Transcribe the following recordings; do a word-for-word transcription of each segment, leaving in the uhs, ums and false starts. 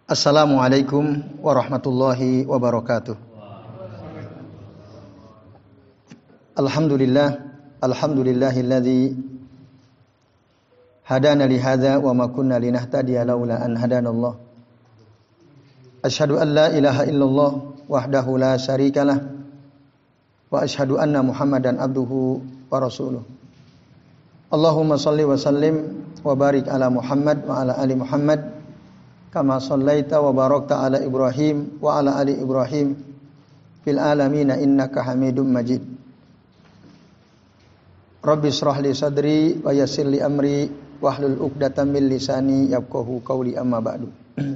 Assalamualaikum warahmatullahi wabarakatuh. Alhamdulillah, alhamdulillahilladzi hadana li hadza wa ma kunna linahtadiya laula an hadanallah. Asyhadu an la ilaha illallah wahdahu la syarikalah wa asyhadu anna Muhammadan abduhu wa rasuluh. Allahumma shalli wa sallim wa barik ala Muhammad wa ala ali Muhammad kama shallaita wa barakta ala Ibrahim wa ala ali Ibrahim fil alamin innaka Hamidum Majid. Rabbi shrah li sadri wa yassir li amri wahlul 'uqdatam min lisani yafqahu qawli amma ba'du.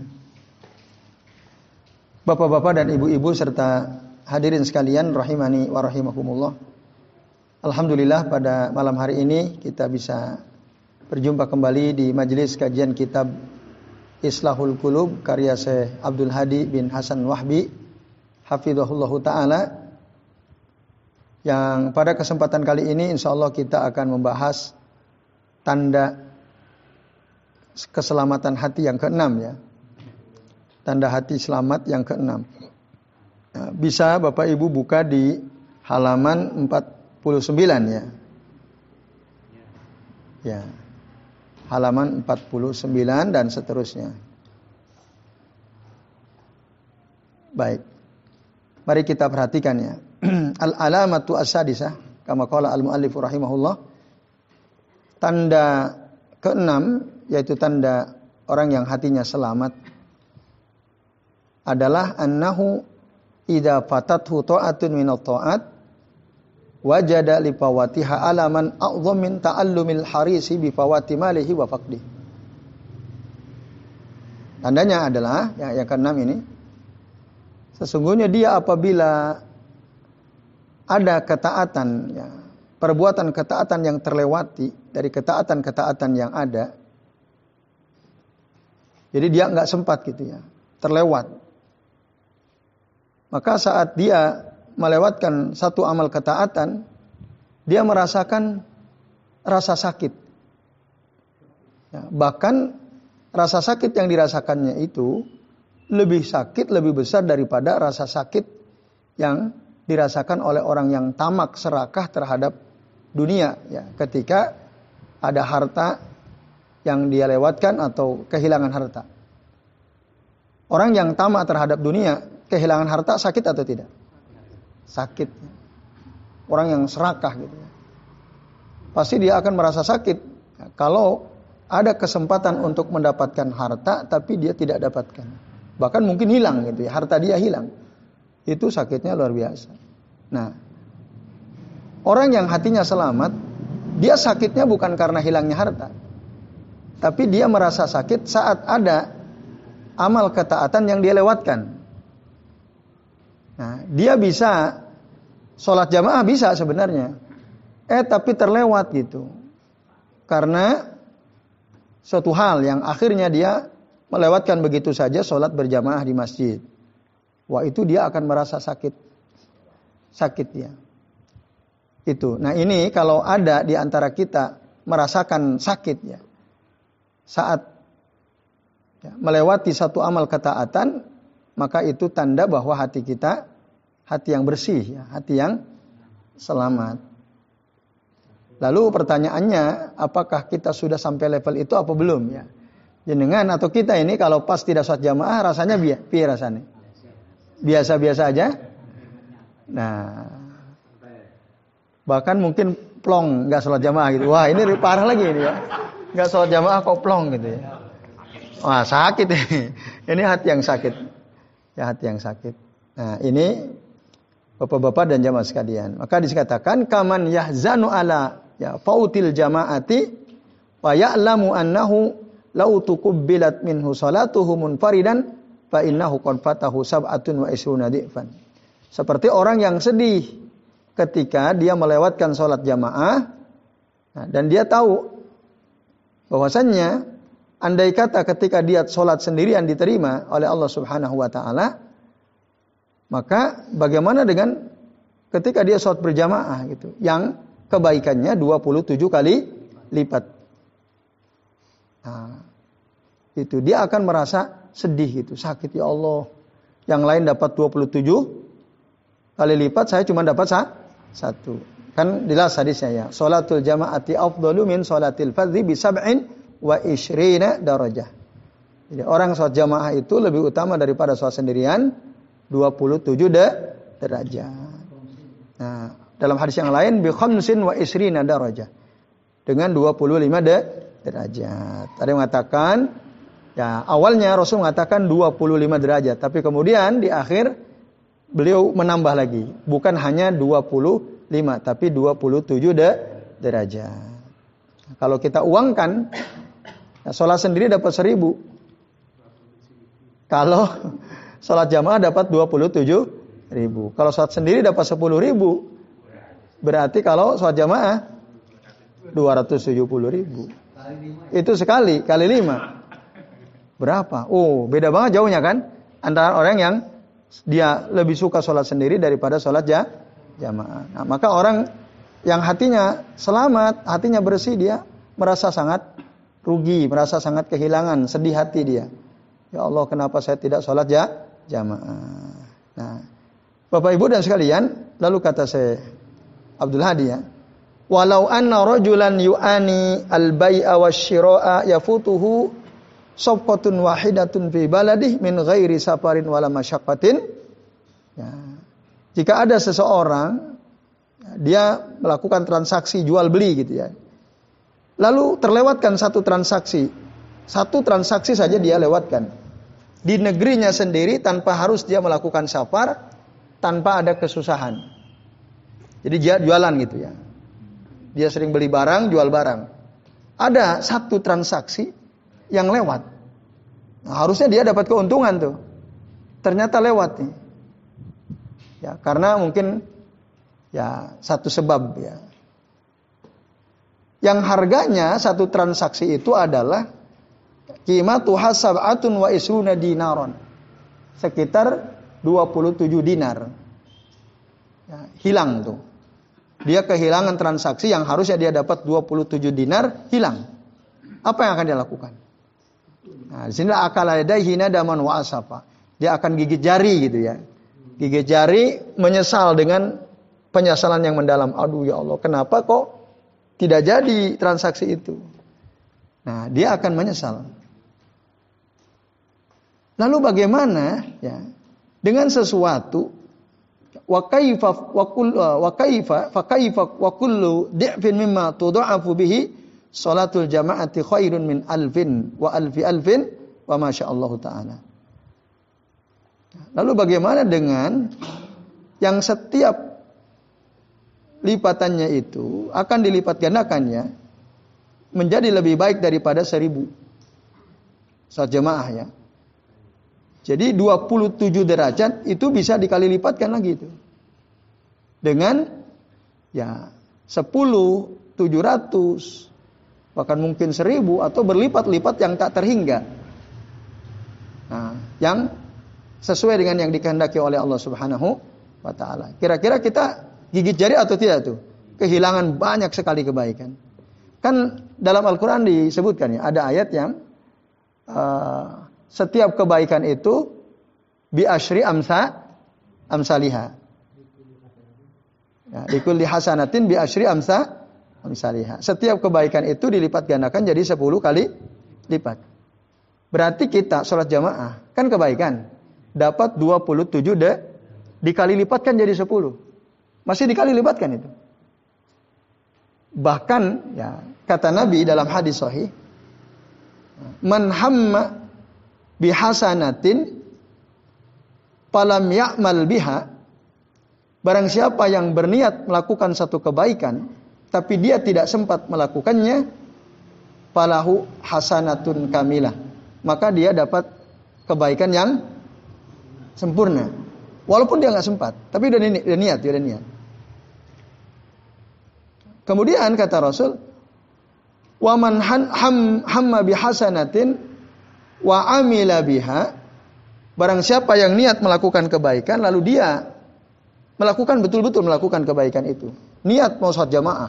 Bapak-bapak dan ibu-ibu serta hadirin sekalian rahimani wa rahimakumullah. Alhamdulillah pada malam hari ini kita bisa berjumpa kembali di majelis kajian kitab Islahul Qulub karya Syekh Abdul Hadi bin Hasan Wahbi hafizahullahu taala, yang pada kesempatan kali ini insyaallah kita akan membahas tanda keselamatan hati yang keenam ya. Tanda hati selamat yang keenam. Bisa Bapak Ibu buka di halaman empat puluh sembilan ya. Ya. Halaman empat puluh sembilan dan seterusnya. Baik. Mari kita perhatikan ya. Al-alamatu as-sadisah kama qala al-muallif rahimahullah. Tanda keenam yaitu tanda orang yang hatinya selamat adalah annahu idza fatathu ta'atun minat ta'at wajada li fawatiha alaman a'dham min ta'allumil harisi bi fawati malihi wa faqdi. Tandanya adalah yang, yang keenam ini, sesungguhnya dia apabila ada ketaatan ya, perbuatan ketaatan yang terlewati dari ketaatan-ketaatan yang ada, jadi dia enggak sempat gitu ya, terlewat. Maka saat dia melewatkan satu amal ketaatan, dia merasakan rasa sakit. Ya, bahkan rasa sakit yang dirasakannya itu lebih sakit, lebih besar daripada rasa sakit yang dirasakan oleh orang yang tamak serakah terhadap dunia. Ya, ketika ada harta yang dia lewatkan atau kehilangan harta. Orang yang tamak terhadap dunia, kehilangan harta sakit atau tidak? Sakit. Orang yang serakah gitu ya, pasti dia akan merasa sakit ya, kalau ada kesempatan untuk mendapatkan harta tapi dia tidak dapatkan, bahkan mungkin hilang gitu ya, harta dia hilang, itu sakitnya luar biasa. Nah, orang yang hatinya selamat, dia sakitnya bukan karena hilangnya harta, tapi dia merasa sakit saat ada amal ketaatan yang dia lewatkan. Nah, dia bisa sholat jamaah bisa sebenarnya, eh tapi terlewat gitu, karena suatu hal yang akhirnya dia melewatkan begitu saja sholat berjamaah di masjid. Wah, itu dia akan merasa sakit, sakit ya. Itu. Nah, ini kalau ada di antara kita merasakan sakit ya, saat ya, melewati satu amal ketaatan, maka itu tanda bahwa hati kita hati yang bersih, ya, hati yang selamat. Lalu pertanyaannya, apakah kita sudah sampai level itu apa belum ya? Jenengan atau kita ini kalau pas tidak sholat jamaah rasanya biasa, piye rasanya? Biasa-biasa aja. Nah, bahkan mungkin plong nggak sholat jamaah gitu. Wah, ini parah lagi ini ya. Nggak sholat jamaah kok plong gitu ya. Wah, sakit ini. Ini hati yang sakit. Ya, hati yang sakit. Nah, ini Bapak-bapak dan jamaah sekalian. Maka dikatakan kaman yahzanu ala ya fautil jamaati wa ya'lamu annahu law tuqbilat minhu salatuhu munfaridan fa innahu qad fatahu sab'atun wa isruna dhifan. Seperti orang yang sedih ketika dia melewatkan salat jamaah, nah, dan dia tahu bahwasannya andai kata ketika dia salat sendirian diterima oleh Allah Subhanahu wa taala, maka bagaimana dengan ketika dia sholat berjamaah gitu, yang kebaikannya dua puluh tujuh kali lipat. Nah, itu dia akan merasa sedih gitu, sakit ya Allah. Yang lain dapat dua puluh tujuh kali lipat, saya cuma dapat sa- satu. Kan jelas hadisnya ya. Salatul jama'ati afdalu min salatil fardhi bi sab'in wa ishrina darajah. Jadi orang salat jamaah itu lebih utama daripada salat sendirian dua puluh tujuh de- derajat. Nah, dalam hadis yang lain bi khamsin wa ishrina darajah. Dengan dua puluh lima de- derajat. Tadi mengatakan ya, awalnya Rasul mengatakan dua puluh lima derajat, tapi kemudian di akhir beliau menambah lagi, bukan hanya dua puluh lima tapi dua puluh tujuh de- derajat. Kalau kita uangkan, ya, sholat sendiri dapat seribu. Kalau sholat jamaah dapat dua puluh tujuh ribu. Kalau sholat sendiri dapat sepuluh ribu. Berarti kalau sholat jamaah dua ratus tujuh puluh ribu. Itu sekali, kali lima. Berapa? Oh, beda banget jauhnya kan? Antara orang yang dia lebih suka sholat sendiri daripada sholat ja, jamaah. Nah, maka orang yang hatinya selamat, hatinya bersih, dia merasa sangat rugi, merasa sangat kehilangan, sedih hati dia. Ya Allah, kenapa saya tidak sholat ja, jamaah? Nah, Bapak Ibu dan sekalian, lalu kata saya Abdul Hadi ya, walau anna rajulan yu'ani al-bai'a wasyira'a yafutuhu sabqatun wahidatun fi baladih min ghairi safarin wala masyaqqatin. Ya. Jika ada seseorang dia melakukan transaksi jual beli gitu ya. Lalu terlewatkan satu transaksi. Satu transaksi saja dia lewatkan. Di negerinya sendiri tanpa harus dia melakukan safar, tanpa ada kesusahan. Jadi dia jualan gitu ya. Dia sering beli barang, jual barang. Ada satu transaksi yang lewat. Nah, harusnya dia dapat keuntungan tuh. Ternyata lewat nih. Ya, karena mungkin ya satu sebab ya. Yang harganya satu transaksi itu adalah qimatuha sab'atun wa isruna dinaron. Sekitar dua puluh tujuh dinar. Ya, hilang tuh. Dia kehilangan transaksi yang harusnya dia dapat dua puluh tujuh dinar, hilang. Apa yang akan dia lakukan? Nah, di sinilah akal yadaihi nadaman wa asafa. Dia akan gigit jari gitu ya. Gigit jari menyesal dengan penyesalan yang mendalam. Aduh ya Allah, kenapa kok tidak jadi transaksi itu? Nah, dia akan menyesal. Lalu bagaimana ya dengan sesuatu wa kaifa wa kull wa kaifa fa kaifa wa kullu di'fin mimma tudha'afu bihi salatul jama'ati khairun min alfin wa alfi alfin wa masyaallah taala. Lalu bagaimana dengan yang setiap lipatannya itu akan dilipat gandakannya menjadi lebih baik daripada seribu salat jamaah ya. Jadi dua puluh tujuh derajat itu bisa dikali lipatkan lagi itu. Dengan ya sepuluh, tujuh ratus, bahkan mungkin seribu atau berlipat-lipat yang tak terhingga. Nah, yang sesuai dengan yang dikehendaki oleh Allah Subhanahu wa taala. Kira-kira kita gigit jari atau tidak tuh? Kehilangan banyak sekali kebaikan. Kan dalam Al-Qur'an disebutkan ya, ada ayat yang uh, setiap kebaikan itu bi asyri amsa amsaliha. Ya, likulli hasanatin bi asyri amsa amsaliha. Setiap kebaikan itu dilipat gandakan jadi sepuluh kali lipat. Berarti kita sholat jamaah kan kebaikan dapat dua puluh tujuh de dikali lipatkan jadi sepuluh. Masih dikali lipatkan itu. Bahkan ya kata Nabi dalam hadis sahih, man hamma bihasanatin falam ya'mal biha, barang siapa yang berniat melakukan satu kebaikan tapi dia tidak sempat melakukannya, falahu hasanatun kamilah, maka dia dapat kebaikan yang sempurna walaupun dia nggak sempat, tapi udah, ni- udah niat, udah niat. Kemudian kata Rasul, wa man ham hamma bihasanatin wa amila biha, barang siapa yang niat melakukan kebaikan lalu dia melakukan betul-betul melakukan kebaikan itu, niat mau sholat jamaah,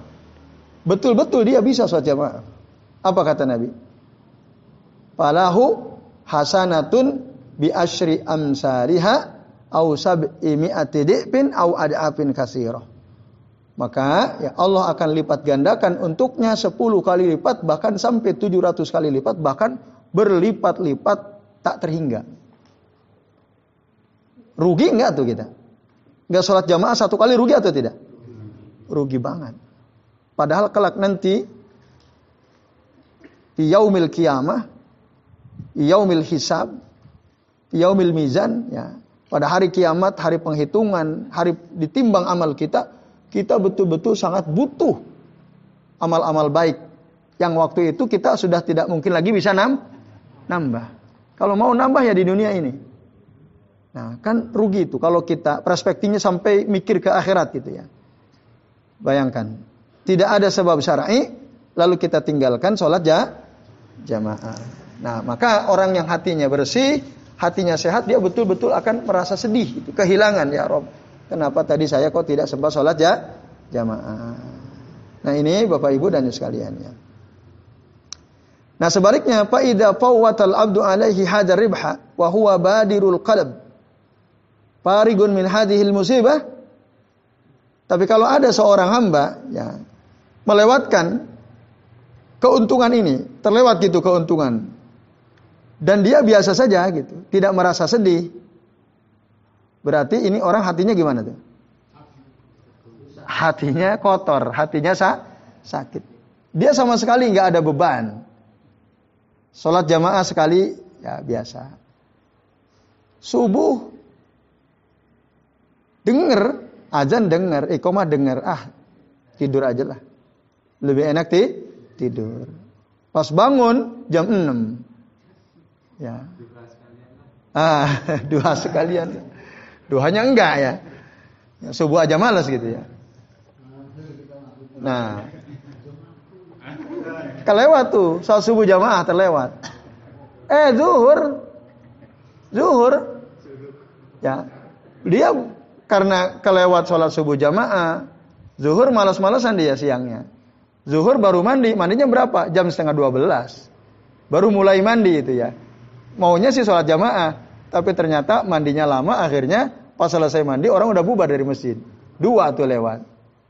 betul-betul dia bisa sholat jamaah. Apa kata Nabi? Falahu hasanatun bi asyri amsalihha au sab'i mi'ati di'bin au ad'afin katsirah. Maka ya Allah akan lipat gandakan untuknya sepuluh kali lipat, bahkan sampai tujuh ratus kali lipat, bahkan berlipat-lipat tak terhingga. Rugi enggak tuh kita? Enggak sholat jamaah satu kali rugi atau tidak? Rugi banget. Padahal kelak nanti di yaumil qiyamah, yaumil hisab, yaumil mizan, ya, pada hari kiamat, hari penghitungan, hari ditimbang amal kita, kita betul-betul sangat butuh amal-amal baik yang waktu itu kita sudah tidak mungkin lagi bisa nam, nambah. Kalau mau nambah ya di dunia ini. Nah, kan rugi itu kalau kita perspektifnya sampai mikir ke akhirat gitu ya. Bayangkan, tidak ada sebab syar'i lalu kita tinggalkan sholat ja, jamaah. Nah, maka orang yang hatinya bersih, hatinya sehat, dia betul-betul akan merasa sedih, itu kehilangan, ya Rob. Kenapa tadi saya kok tidak sempat sholat ja, jamaah? Nah, ini Bapak Ibu dan sekalian ya. Nah, sebaliknya, fa idza fawwatal abdu alaihi hadar ribha wa huwa badirul qalb farigun min hadhil musibah. Tapi kalau ada seorang hamba ya melewatkan keuntungan ini, terlewat gitu keuntungan, dan dia biasa saja gitu, tidak merasa sedih, berarti ini orang hatinya gimana tuh? Hatinya kotor, hatinya sa- sakit. Dia sama sekali nggak ada beban. Sholat jamaah sekali ya biasa. Subuh denger azan, denger iqamah, denger, ah tidur aja lah. Lebih enak ti tidur. Pas bangun jam enam. Ya. Ah, dua sekalian. Duhanya enggak ya. Ya, subuh aja malas gitu ya. Nah. Kelewat tuh, saat subuh jamaah terlewat. Eh, zuhur. Zuhur. Ya. Dia karena kelewat sholat subuh jamaah, zuhur malas-malasan dia siangnya. Zuhur baru mandi, mandinya berapa? Jam setengah dua belas. Baru mulai mandi itu ya. Maunya sih sholat jamaah, tapi ternyata mandinya lama, akhirnya pas selesai mandi orang udah bubar dari masjid. Dua tuh lewat.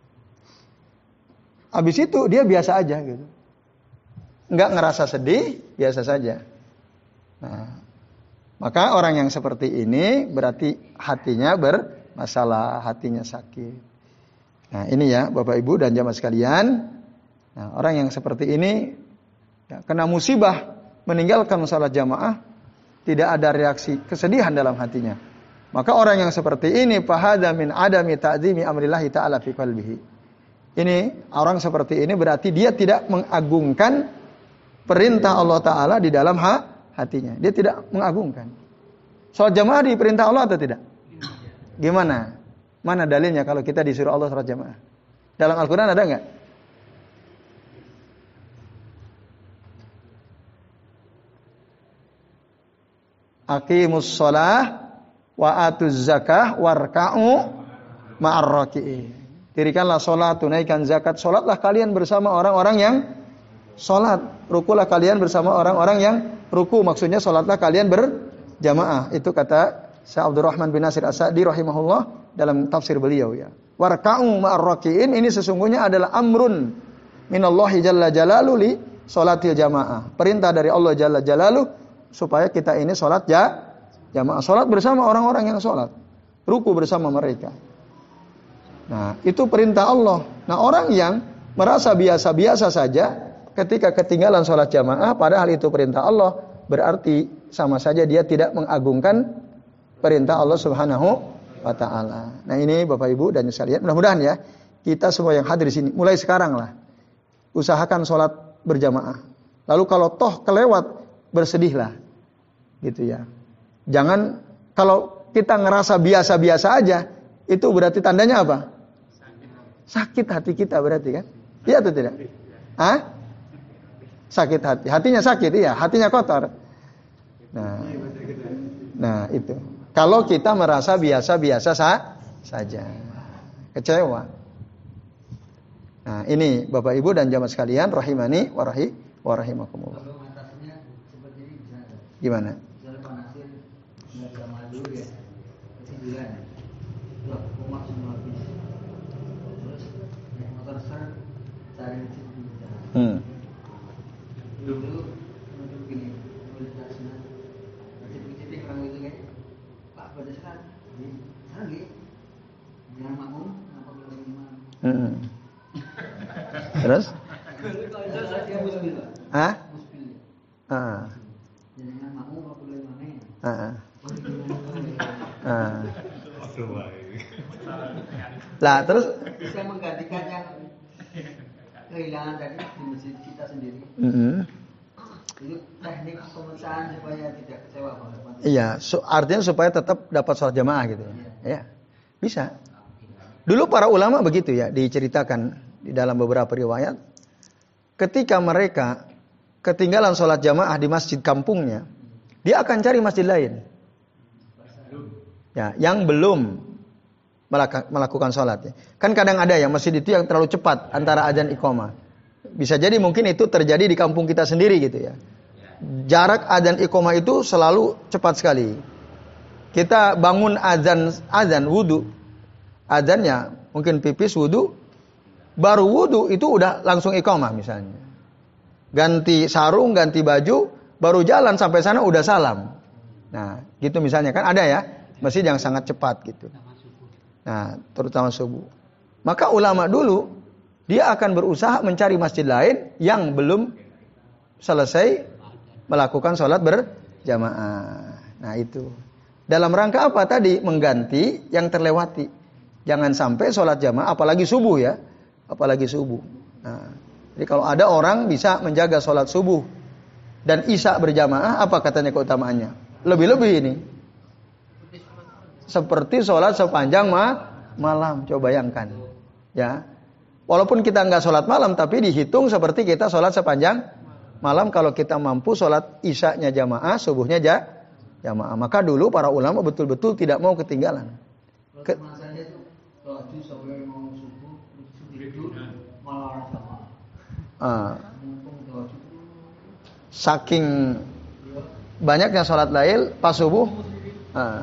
Habis itu dia biasa aja gitu. Enggak ngerasa sedih, biasa saja. Nah, maka orang yang seperti ini berarti hatinya bermasalah, hatinya sakit. Nah, ini ya Bapak Ibu dan jamaah sekalian. Nah, orang yang seperti ini ya, kena musibah meninggalkan salat jamaah, tidak ada reaksi kesedihan dalam hatinya. Maka orang yang seperti ini fahadha min adami ta'zimi amrillahi ta'ala fi qalbihi. Ini orang seperti ini berarti dia tidak mengagungkan perintah Allah Ta'ala di dalam hatinya. Dia tidak mengagungkan. Salat jamaah diperintah Allah atau tidak? Gimana? Mana dalilnya kalau kita disuruh Allah salat jamaah? Dalam Al-Quran ada enggak? Aqimus shalah wa atuz zakah warka'u ma'ar raki'in. Dirikanlah salat, tunaikan zakat, salatlah kalian bersama orang-orang yang salat, rukulah kalian bersama orang-orang yang ruku. Maksudnya salatlah kalian berjamaah. Itu kata Syekh Abdurrahman bin Nasir As-Sa'di rahimahullah dalam tafsir beliau ya. Warka'u ma'ar raki'in ini sesungguhnya adalah amrun minallahi jalla jalaluhu li salatil jamaah. Perintah dari Allah jalla jalaluhu supaya kita ini salat ja, jamaah, salat bersama orang-orang yang salat, ruku bersama mereka. Nah, itu perintah Allah. Nah, orang yang merasa biasa-biasa saja ketika ketinggalan salat jamaah padahal itu perintah Allah, berarti sama saja dia tidak mengagungkan perintah Allah Subhanahu wa taala. Nah, ini Bapak Ibu dan sekalian, mudah-mudahan ya kita semua yang hadir di sini mulai sekarang lah usahakan salat berjamaah. Lalu kalau toh kelewat bersedihlah. Gitu ya. Jangan kalau kita ngerasa biasa-biasa aja, itu berarti tandanya apa? Sakit hati kita berarti kan? Iya atau tidak? Hah? Sakit hati. Hatinya sakit, iya. Hatinya kotor. Nah, nah itu. Kalau kita merasa biasa-biasa sa- saja. Kecewa. Nah, ini Bapak Ibu dan jamaah sekalian, rahimani wa rahi wa rahimakumullah. Gimana? nggak sama dulu ya, ketiduran, loh, rumah semua habis, terus naik motor ser, cari masjid dulu, Hmm. dulu macam begini, nulis sunat, masjid-masjid orang itu kan, Pak baca sunat, di sana gitu, jangan makmum, apa boleh imam. Hmm. Terus? Kalau dia musbil, Hah? musbil, Ah. jangan makmum, apa boleh imamnya. Ah. Ah. Lah terus? Bisa menggantikan yang kehilangan tadi di masjid kita sendiri. Mm-hmm. Itu teknik pemecahan supaya tidak kecewa banget. Iya, su- artinya supaya tetap dapat sholat jamaah gitu ya. Ya, bisa. Dulu para ulama begitu ya, diceritakan di dalam beberapa riwayat. Ketika mereka ketinggalan sholat jamaah di masjid kampungnya, dia akan cari masjid lain. Ya, yang belum melaka- melakukan sholat. Ya. Kan kadang ada ya masjid itu yang terlalu cepat antara azan iqamah. Bisa jadi mungkin itu terjadi di kampung kita sendiri gitu ya. Jarak azan iqamah itu selalu cepat sekali. Kita bangun azan azan wudu, azannya mungkin pipis wudu, baru wudu itu udah langsung iqamah misalnya. Ganti sarung, ganti baju, baru jalan sampai sana udah salam. Nah, gitu misalnya kan ada ya masjid yang sangat cepat gitu. Nah, terutama subuh. Maka ulama dulu dia akan berusaha mencari masjid lain yang belum selesai melakukan sholat berjamaah. Nah itu. Dalam rangka apa tadi? Mengganti yang terlewati. Jangan sampai sholat jamaah, apalagi subuh ya. Apalagi subuh. Nah, jadi kalau ada orang bisa menjaga sholat subuh dan isya berjamaah, apa katanya keutamaannya? Lebih-lebih ini. Seperti sholat sepanjang ma- malam. Coba bayangkan. Ya. Walaupun kita nggak sholat malam, tapi dihitung seperti kita sholat sepanjang malam kalau kita mampu sholat isyanya jamaah, subuhnya ja, jamaah. Maka dulu para ulama betul-betul tidak mau ketinggalan. Ke, Masanya itu kalau sampai mau subuh, tidur malah sama. uh, Mumpung kalau subuh, saking banyaknya sholat lail pas subuh. Uh,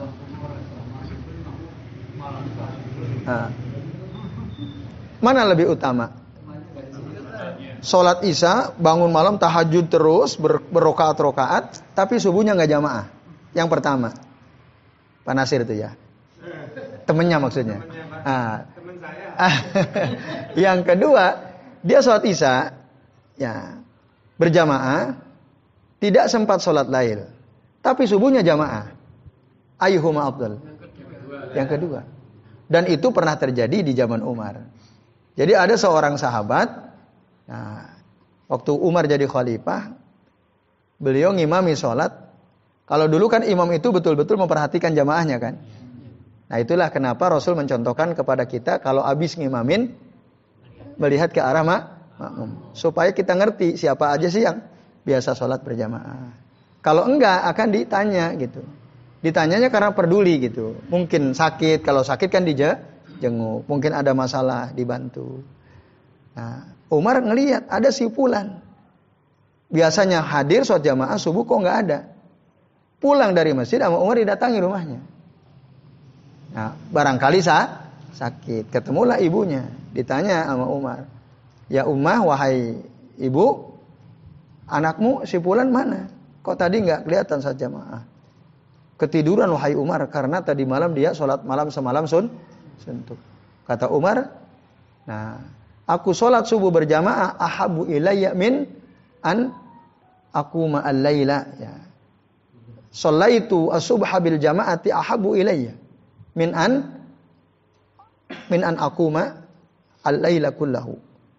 uh, Mana lebih utama? Sholat isya, bangun malam, tahajud terus, ber, berokaat-rokaat, tapi subuhnya nggak jamaah. Yang pertama. Pak Nasir itu ya. Temennya maksudnya. Ah. Yang kedua, dia sholat isya, ya, berjamaah, tidak sempat sholat lail. Tapi subuhnya jamaah. Ayyuhuma afdal? Yang kedua. Dan itu pernah terjadi di zaman Umar. Jadi ada seorang sahabat, nah, waktu Umar jadi khalifah, beliau ngimami sholat. Kalau dulu kan imam itu betul-betul memperhatikan jamaahnya kan. Nah itulah kenapa Rasul mencontohkan kepada kita kalau habis ngimamin, melihat ke arah makmum. Supaya kita ngerti siapa aja sih yang biasa sholat berjamaah. Kalau enggak akan ditanya gitu. Ditanyanya karena peduli gitu. Mungkin sakit, kalau sakit kan dija. Jenguk, mungkin ada masalah dibantu. Nah, Umar ngelihat ada si Fulan. Biasanya hadir sholat jamaah subuh kok nggak ada. Pulang dari masjid sama Umar didatangi rumahnya. Nah, barangkali sah, sakit. Ketemulah ibunya, ditanya sama Umar. Ya Ummah, wahai ibu, anakmu si Fulan mana? Kok tadi nggak kelihatan sholat jamaah? Ketiduran wahai Umar karena tadi malam dia sholat malam semalam sun. Suntuk. Kata Umar, nah, aku sholat subuh berjamaah ahabu ilayya min an aku ma'al layla. Ya. Sholaitu as-subha bil jamaati ahabu ilayya min an min an aku ma'al layla kullahu.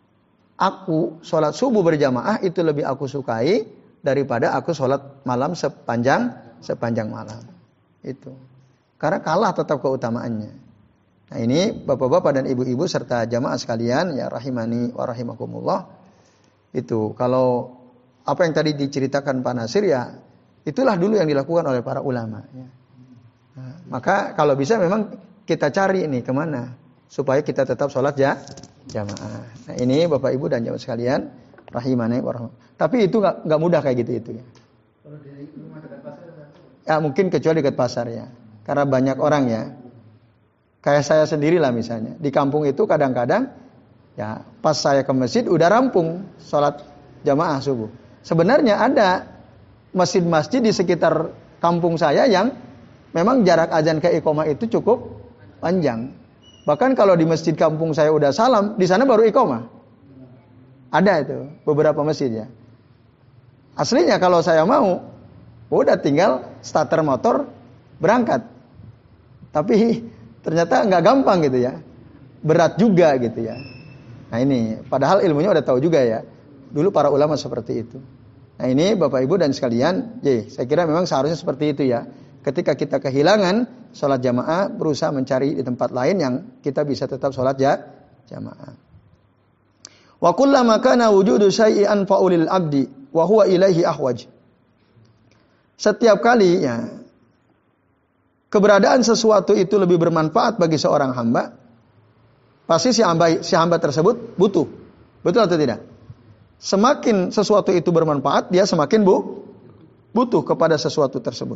Aku sholat subuh berjamaah itu lebih aku sukai daripada aku sholat malam sepanjang sepanjang malam. Itu. Karena kalah tetap keutamaannya. Nah ini bapak-bapak dan ibu-ibu serta jamaah sekalian ya rahimani wa rahimakumullah. Itu kalau apa yang tadi diceritakan Pak Nasir ya itulah dulu yang dilakukan oleh para ulama ya. Nah, maka kalau bisa memang kita cari ini kemana supaya kita tetap sholat ya jamaah. Nah ini bapak ibu dan jamaah sekalian rahimani wa rahimakumullah. Tapi itu nggak nggak mudah kayak gitu itu ya. kalau dari rumah dekat pasar Ya mungkin kecuali dekat pasar ya. Karena banyak orang ya. Kayak saya sendiri lah misalnya. Di kampung itu kadang-kadang ya pas saya ke masjid udah rampung sholat jamaah subuh. Sebenarnya ada masjid-masjid di sekitar kampung saya yang memang jarak azan ke iqamah itu cukup panjang. Bahkan kalau di masjid kampung saya udah salam, di sana baru iqamah. Ada itu beberapa masjid ya. Aslinya kalau saya mau, udah tinggal starter motor berangkat. Tapi ternyata nggak gampang gitu ya, berat juga gitu ya. Nah ini, padahal ilmunya udah tahu juga ya. Dulu para ulama seperti itu. Nah ini Bapak Ibu dan sekalian, ye, saya kira memang seharusnya seperti itu ya. Ketika kita kehilangan sholat jamaah, berusaha mencari di tempat lain yang kita bisa tetap sholat ya, jamaah. Wa kullama kana wujudu syai'an fa'ulil abdi wa huwa ilaihi ahwaj. Setiap kali ya keberadaan sesuatu itu lebih bermanfaat bagi seorang hamba, pasti si hamba si hamba tersebut butuh. Betul atau tidak? Semakin sesuatu itu bermanfaat, dia semakin bu, butuh kepada sesuatu tersebut.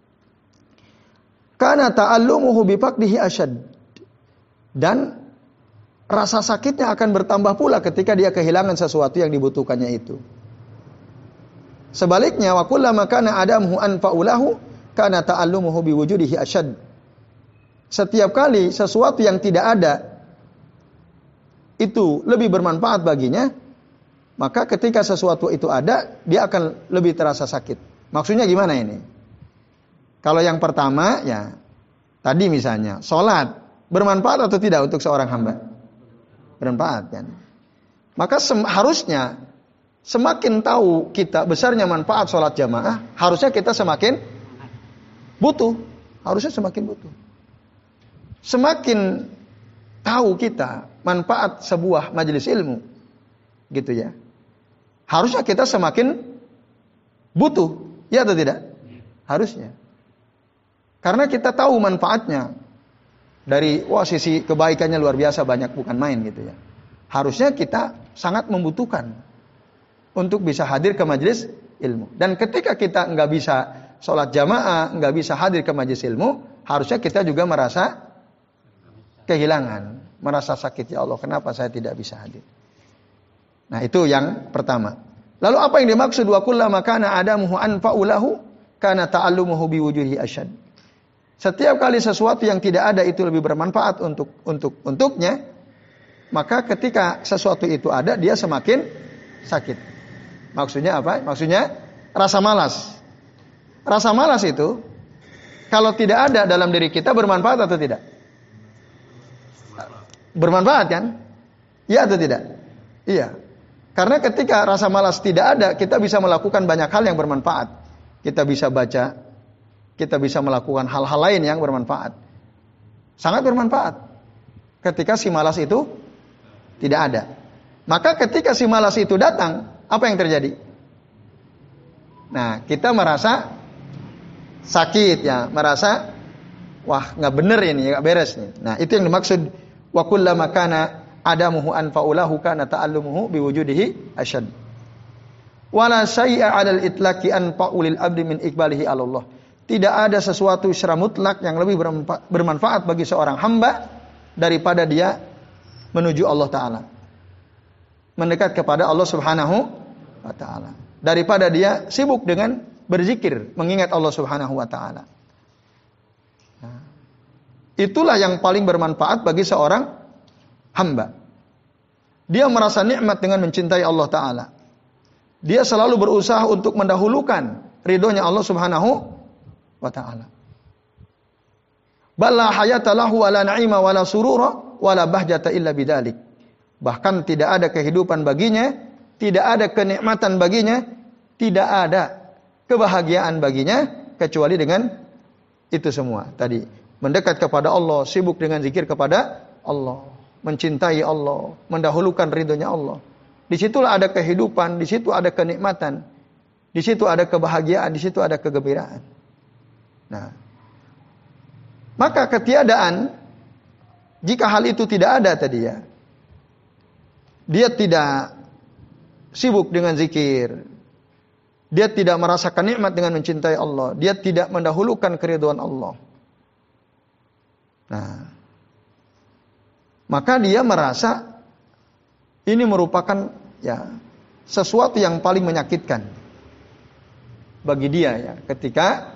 Karena ta'allumuhu bifaqdihi asyad. Dan rasa sakitnya akan bertambah pula ketika dia kehilangan sesuatu yang dibutuhkannya itu. Sebaliknya, wa kullama kana adamuhu anfa'ulahu kana ta'allumuhu biwujudihi asyad. Setiap kali sesuatu yang tidak ada itu lebih bermanfaat baginya, maka ketika sesuatu itu ada, dia akan lebih terasa sakit. Maksudnya gimana ini? Kalau yang pertama, ya tadi misalnya, sholat bermanfaat atau tidak untuk seorang hamba? Bermanfaat kan? Maka sem- harusnya semakin tahu kita besarnya manfaat sholat jamaah, harusnya kita semakin butuh. Harusnya semakin butuh. Semakin tahu kita manfaat sebuah majelis ilmu, gitu ya. Harusnya kita semakin butuh, ya atau tidak? Harusnya. Karena kita tahu manfaatnya. Dari wah sisi kebaikannya luar biasa banyak, bukan main gitu ya. Harusnya kita sangat membutuhkan untuk bisa hadir ke majelis ilmu. Dan ketika kita nggak bisa sholat jamaah, nggak bisa hadir ke majelis ilmu, harusnya kita juga merasa kehilangan, merasa sakit. Ya Allah, kenapa saya tidak bisa hadir? Nah itu yang pertama. Lalu apa yang dimaksud wa kullama kana adamuhu anfa'u lahu kana ta'allumuhu biwujuhi asyad. Setiap kali sesuatu yang tidak ada itu lebih bermanfaat untuk untuk untuknya, maka ketika sesuatu itu ada, dia semakin sakit. Maksudnya apa? Maksudnya rasa malas. Rasa malas itu kalau tidak ada dalam diri kita bermanfaat atau tidak? Bermanfaat kan? Iya atau tidak? Iya. Karena ketika rasa malas tidak ada, kita bisa melakukan banyak hal yang bermanfaat. Kita bisa baca, kita bisa melakukan hal-hal lain yang bermanfaat. Sangat bermanfaat. Ketika si malas itu tidak ada. Maka ketika si malas itu datang, apa yang terjadi? Nah, kita merasa sakit ya, merasa wah nggak bener ini, nggak beres nih. Nah, itu yang dimaksud wa kullama kana adamuhu anfa'ulahu kana ta'allumuhu biwujudihi asyad. Wala syai'a 'alal itlaqi anfa'ulil abdi min iqbalihi 'ala Allah. Tidak ada sesuatu secara mutlak yang lebih bermanfaat bagi seorang hamba daripada dia menuju Allah Ta'ala. Mendekat kepada Allah Subhanahu wa Ta'ala. Daripada dia sibuk dengan berzikir, mengingat Allah Subhanahu wa Ta'ala. Nah, itulah yang paling bermanfaat bagi seorang hamba. Dia merasa nikmat dengan mencintai Allah Ta'ala. Dia selalu berusaha untuk mendahulukan ridhonya Allah Subhanahu wa ta'ala. Balla hayata lahu wala na'ima wala surura wala bahjata illa bidzalik. Bahkan tidak ada kehidupan baginya, tidak ada kenikmatan baginya, tidak ada kebahagiaan baginya kecuali dengan itu semua. Tadi mendekat kepada Allah, sibuk dengan zikir kepada Allah, mencintai Allah, mendahulukan ridhonya Allah. Disitulah ada kehidupan, di situ ada kenikmatan, di situ ada kebahagiaan, di situ ada kegembiraan. Nah, maka ketiadaan, jika hal itu tidak ada tadi ya, dia tidak sibuk dengan zikir, Dia tidak merasakan nikmat dengan mencintai Allah. Dia tidak mendahulukan keridhaan Allah. Nah, maka dia merasa ini merupakan ya sesuatu yang paling menyakitkan bagi dia ya, ketika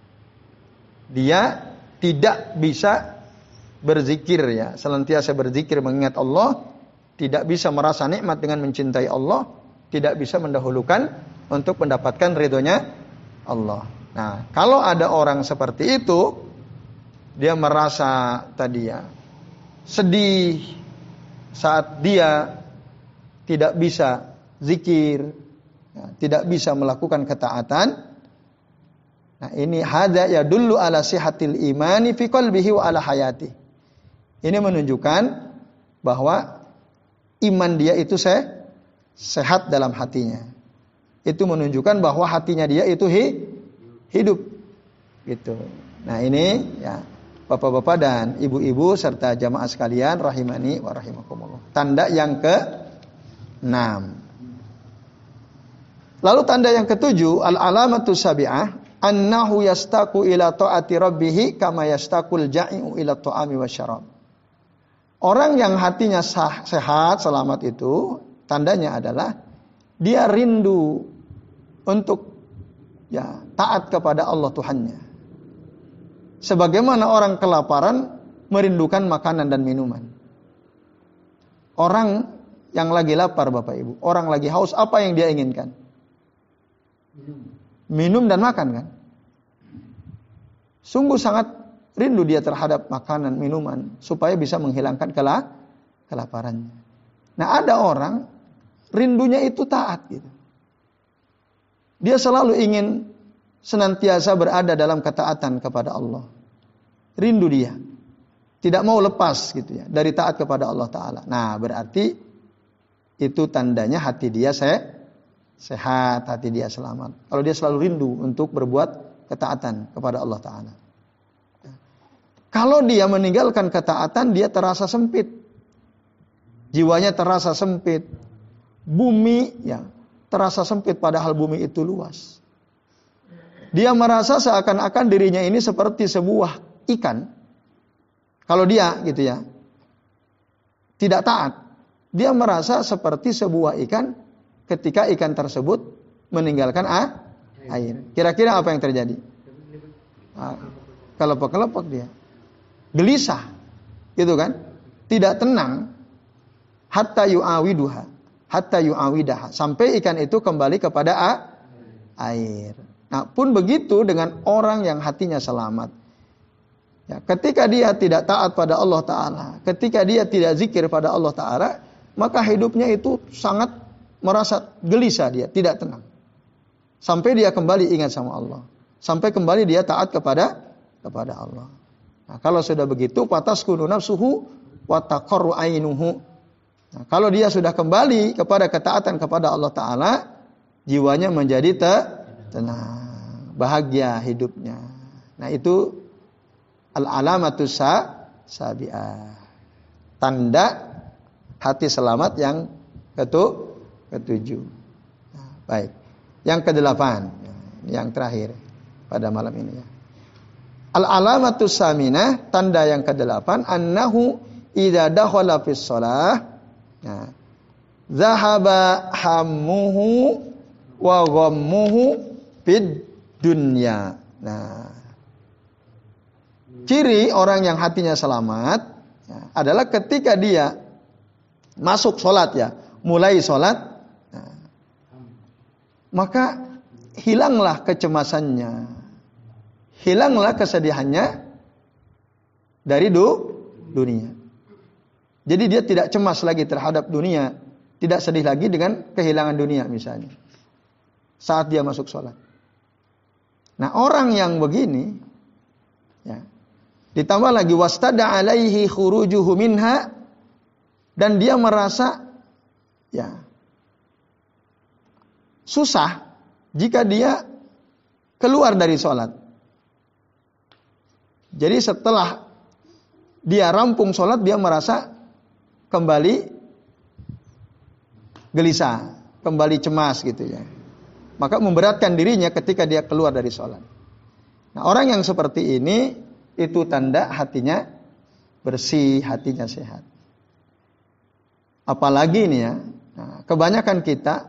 dia tidak bisa berzikir ya, senantiasa berzikir mengingat Allah, tidak bisa merasa nikmat dengan mencintai Allah, tidak bisa mendahulukan untuk mendapatkan ridhonya Allah. Nah, kalau ada orang seperti itu, dia merasa tadi ya sedih saat dia tidak bisa zikir, ya, tidak bisa melakukan ketaatan. Nah, ini hadza yadullu ala sihatil imani fi qalbihi wa ala hayati. Ini menunjukkan bahwa iman dia itu se sehat dalam hatinya. Itu menunjukkan bahwa hatinya dia itu hi, hidup gitu. Nah, ini ya Bapak-bapak dan ibu-ibu serta jamaah sekalian rahimani wa rahimakumullah. Tanda yang ke enam. Lalu tanda yang ketujuh, al-alamatu sabi'ah, annahu yastaqu ila ta'ati rabbih kama yastaqul ja'i'u ila ta'ami wasyarab. Orang yang hatinya sah, sehat, selamat itu, tandanya adalah dia rindu untuk ya taat kepada Allah Tuhannya. Sebagaimana orang kelaparan merindukan makanan dan minuman. Orang yang lagi lapar Bapak Ibu, orang lagi haus, apa yang dia inginkan? Minum. Minum dan makan kan? Sungguh sangat rindu dia terhadap makanan, minuman supaya bisa menghilangkan kela, kelaparannya. Nah, ada orang rindunya itu taat gitu. Dia selalu ingin senantiasa berada dalam ketaatan kepada Allah. Rindu dia. Tidak mau lepas gitu ya dari taat kepada Allah Ta'ala. Nah, berarti itu tandanya hati dia se sehat, hati dia selamat. Kalau dia selalu rindu untuk berbuat ketaatan kepada Allah Ta'ala. Kalau dia meninggalkan ketaatan, dia terasa sempit. Jiwanya terasa sempit. Bumi ya terasa sempit padahal bumi itu luas. Dia merasa seakan-akan dirinya ini seperti sebuah ikan. Kalau dia gitu ya tidak taat, dia merasa seperti sebuah ikan ketika ikan tersebut meninggalkan air. Kira-kira apa yang terjadi? Kelepek-kelepek dia. Gelisah. Gitu kan? Tidak tenang. Hatta yu'awiduha. Hatta yu'awidaha. Sampai ikan itu kembali kepada air. Nah, pun begitu dengan orang yang hatinya selamat. Ya, ketika dia tidak taat pada Allah Ta'ala, ketika dia tidak zikir pada Allah Ta'ala, maka hidupnya itu sangat merasa gelisah dia, tidak tenang. Sampai dia kembali ingat sama Allah. Sampai kembali dia taat kepada kepada Allah. Nah, kalau sudah begitu, fataskunu nafsuhu wa taqarru ainuhu. Nah, kalau dia sudah kembali kepada ketaatan kepada Allah Ta'ala, jiwanya menjadi te tenang, bahagia hidupnya. Nah, itu al-alamatus sabi'ah. Tanda hati selamat yang ketu, ketujuh. Nah, baik. Yang kedelapan, yang terakhir pada malam ini ya. Al-alamatus saminah, tanda yang kedelapan, annahu idza dakhala fis shalah, nah, zahaba hammuhu wa ghammuhu fid dunya. Nah, ciri orang yang hatinya selamat ya, adalah ketika dia masuk sholat ya, mulai sholat, nah, maka hilanglah kecemasannya, hilanglah kesedihannya dari du, dunia. Jadi dia tidak cemas lagi terhadap dunia, tidak sedih lagi dengan kehilangan dunia misalnya saat dia masuk sholat. Nah, orang yang begini ya, ditambah lagi wastada alaihi khurujuhu minha, dan dia merasa ya susah jika dia keluar dari sholat. Jadi setelah dia rampung sholat, dia merasa kembali gelisah, kembali cemas gitu ya. maka memberatkan dirinya ketika dia keluar dari sholat. Nah, orang yang seperti ini itu tanda hatinya bersih, hatinya sehat. Apalagi ini ya, nah, kebanyakan kita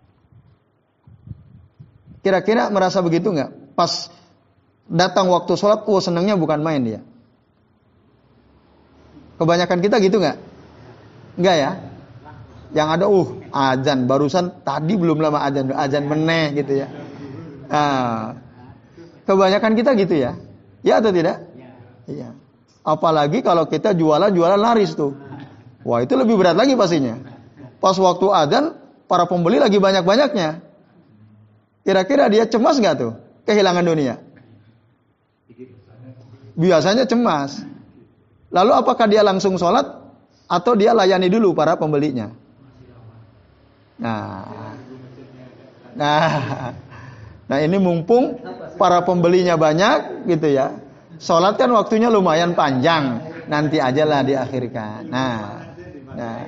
kira-kira merasa begitu nggak? Pas datang waktu sholat, oh senangnya bukan main dia. Kebanyakan kita gitu nggak? Nggak ya? Yang ada, uh, azan barusan tadi belum lama azan, azan meneh gitu ya. Nah, kebanyakan kita gitu ya, ya atau tidak? Iya. Apalagi kalau kita jualan jualan laris tuh, wah itu lebih berat lagi pastinya. Pas waktu azan, para pembeli lagi banyak banyaknya. Kira-kira dia cemas nggak tuh kehilangan dunia? Biasanya cemas. Lalu apakah dia langsung sholat atau dia layani dulu para pembelinya? Nah, nah, nah ini mumpung para pembelinya banyak gitu ya. Sholat kan waktunya lumayan panjang, nanti aja lah diakhirkan. Nah, nah,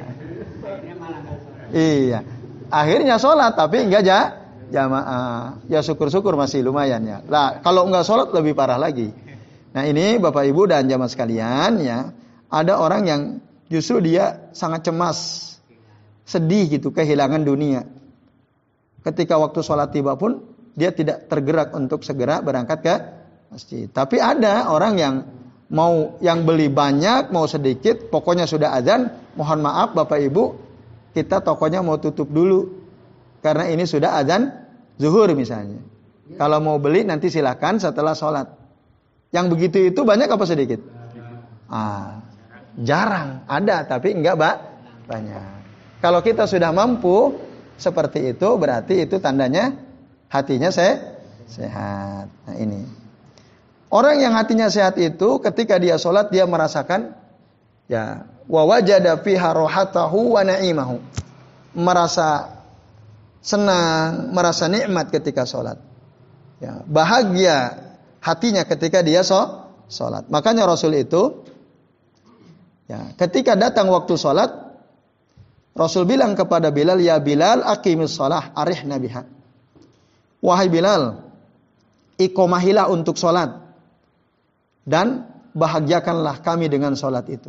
iya. Akhirnya sholat tapi enggak ja, jamaah. Ya syukur-syukur masih lumayan ya. Lah kalau enggak sholat lebih parah lagi. Nah ini Bapak Ibu dan jamaah sekalian ya, ada orang yang justru dia sangat cemas, sedih gitu, kehilangan dunia. Ketika waktu sholat tiba pun dia tidak tergerak untuk segera berangkat ke masjid. Tapi ada orang yang mau yang beli banyak, mau sedikit, pokoknya sudah azan, mohon maaf Bapak Ibu, kita tokonya mau tutup dulu karena ini sudah azan zuhur misalnya. Kalau mau beli nanti silakan setelah sholat. Yang begitu itu banyak apa sedikit? Ah, jarang. Ada tapi enggak ba- banyak. Kalau kita sudah mampu seperti itu, berarti itu tandanya hatinya se- sehat. Nah ini. Orang yang hatinya sehat itu ketika dia sholat dia merasakan ya wa wajada fiha rohatahu wa na'imahu. Merasa senang, merasa nikmat ketika sholat. Ya, bahagia hatinya ketika dia sholat. Makanya Rasul itu, ya, ketika datang waktu sholat, Rasul bilang kepada Bilal, ya Bilal, aqimis sholah, arihna biha. Wahai Bilal, iqomahilah untuk sholat. Dan bahagiakanlah kami dengan sholat itu.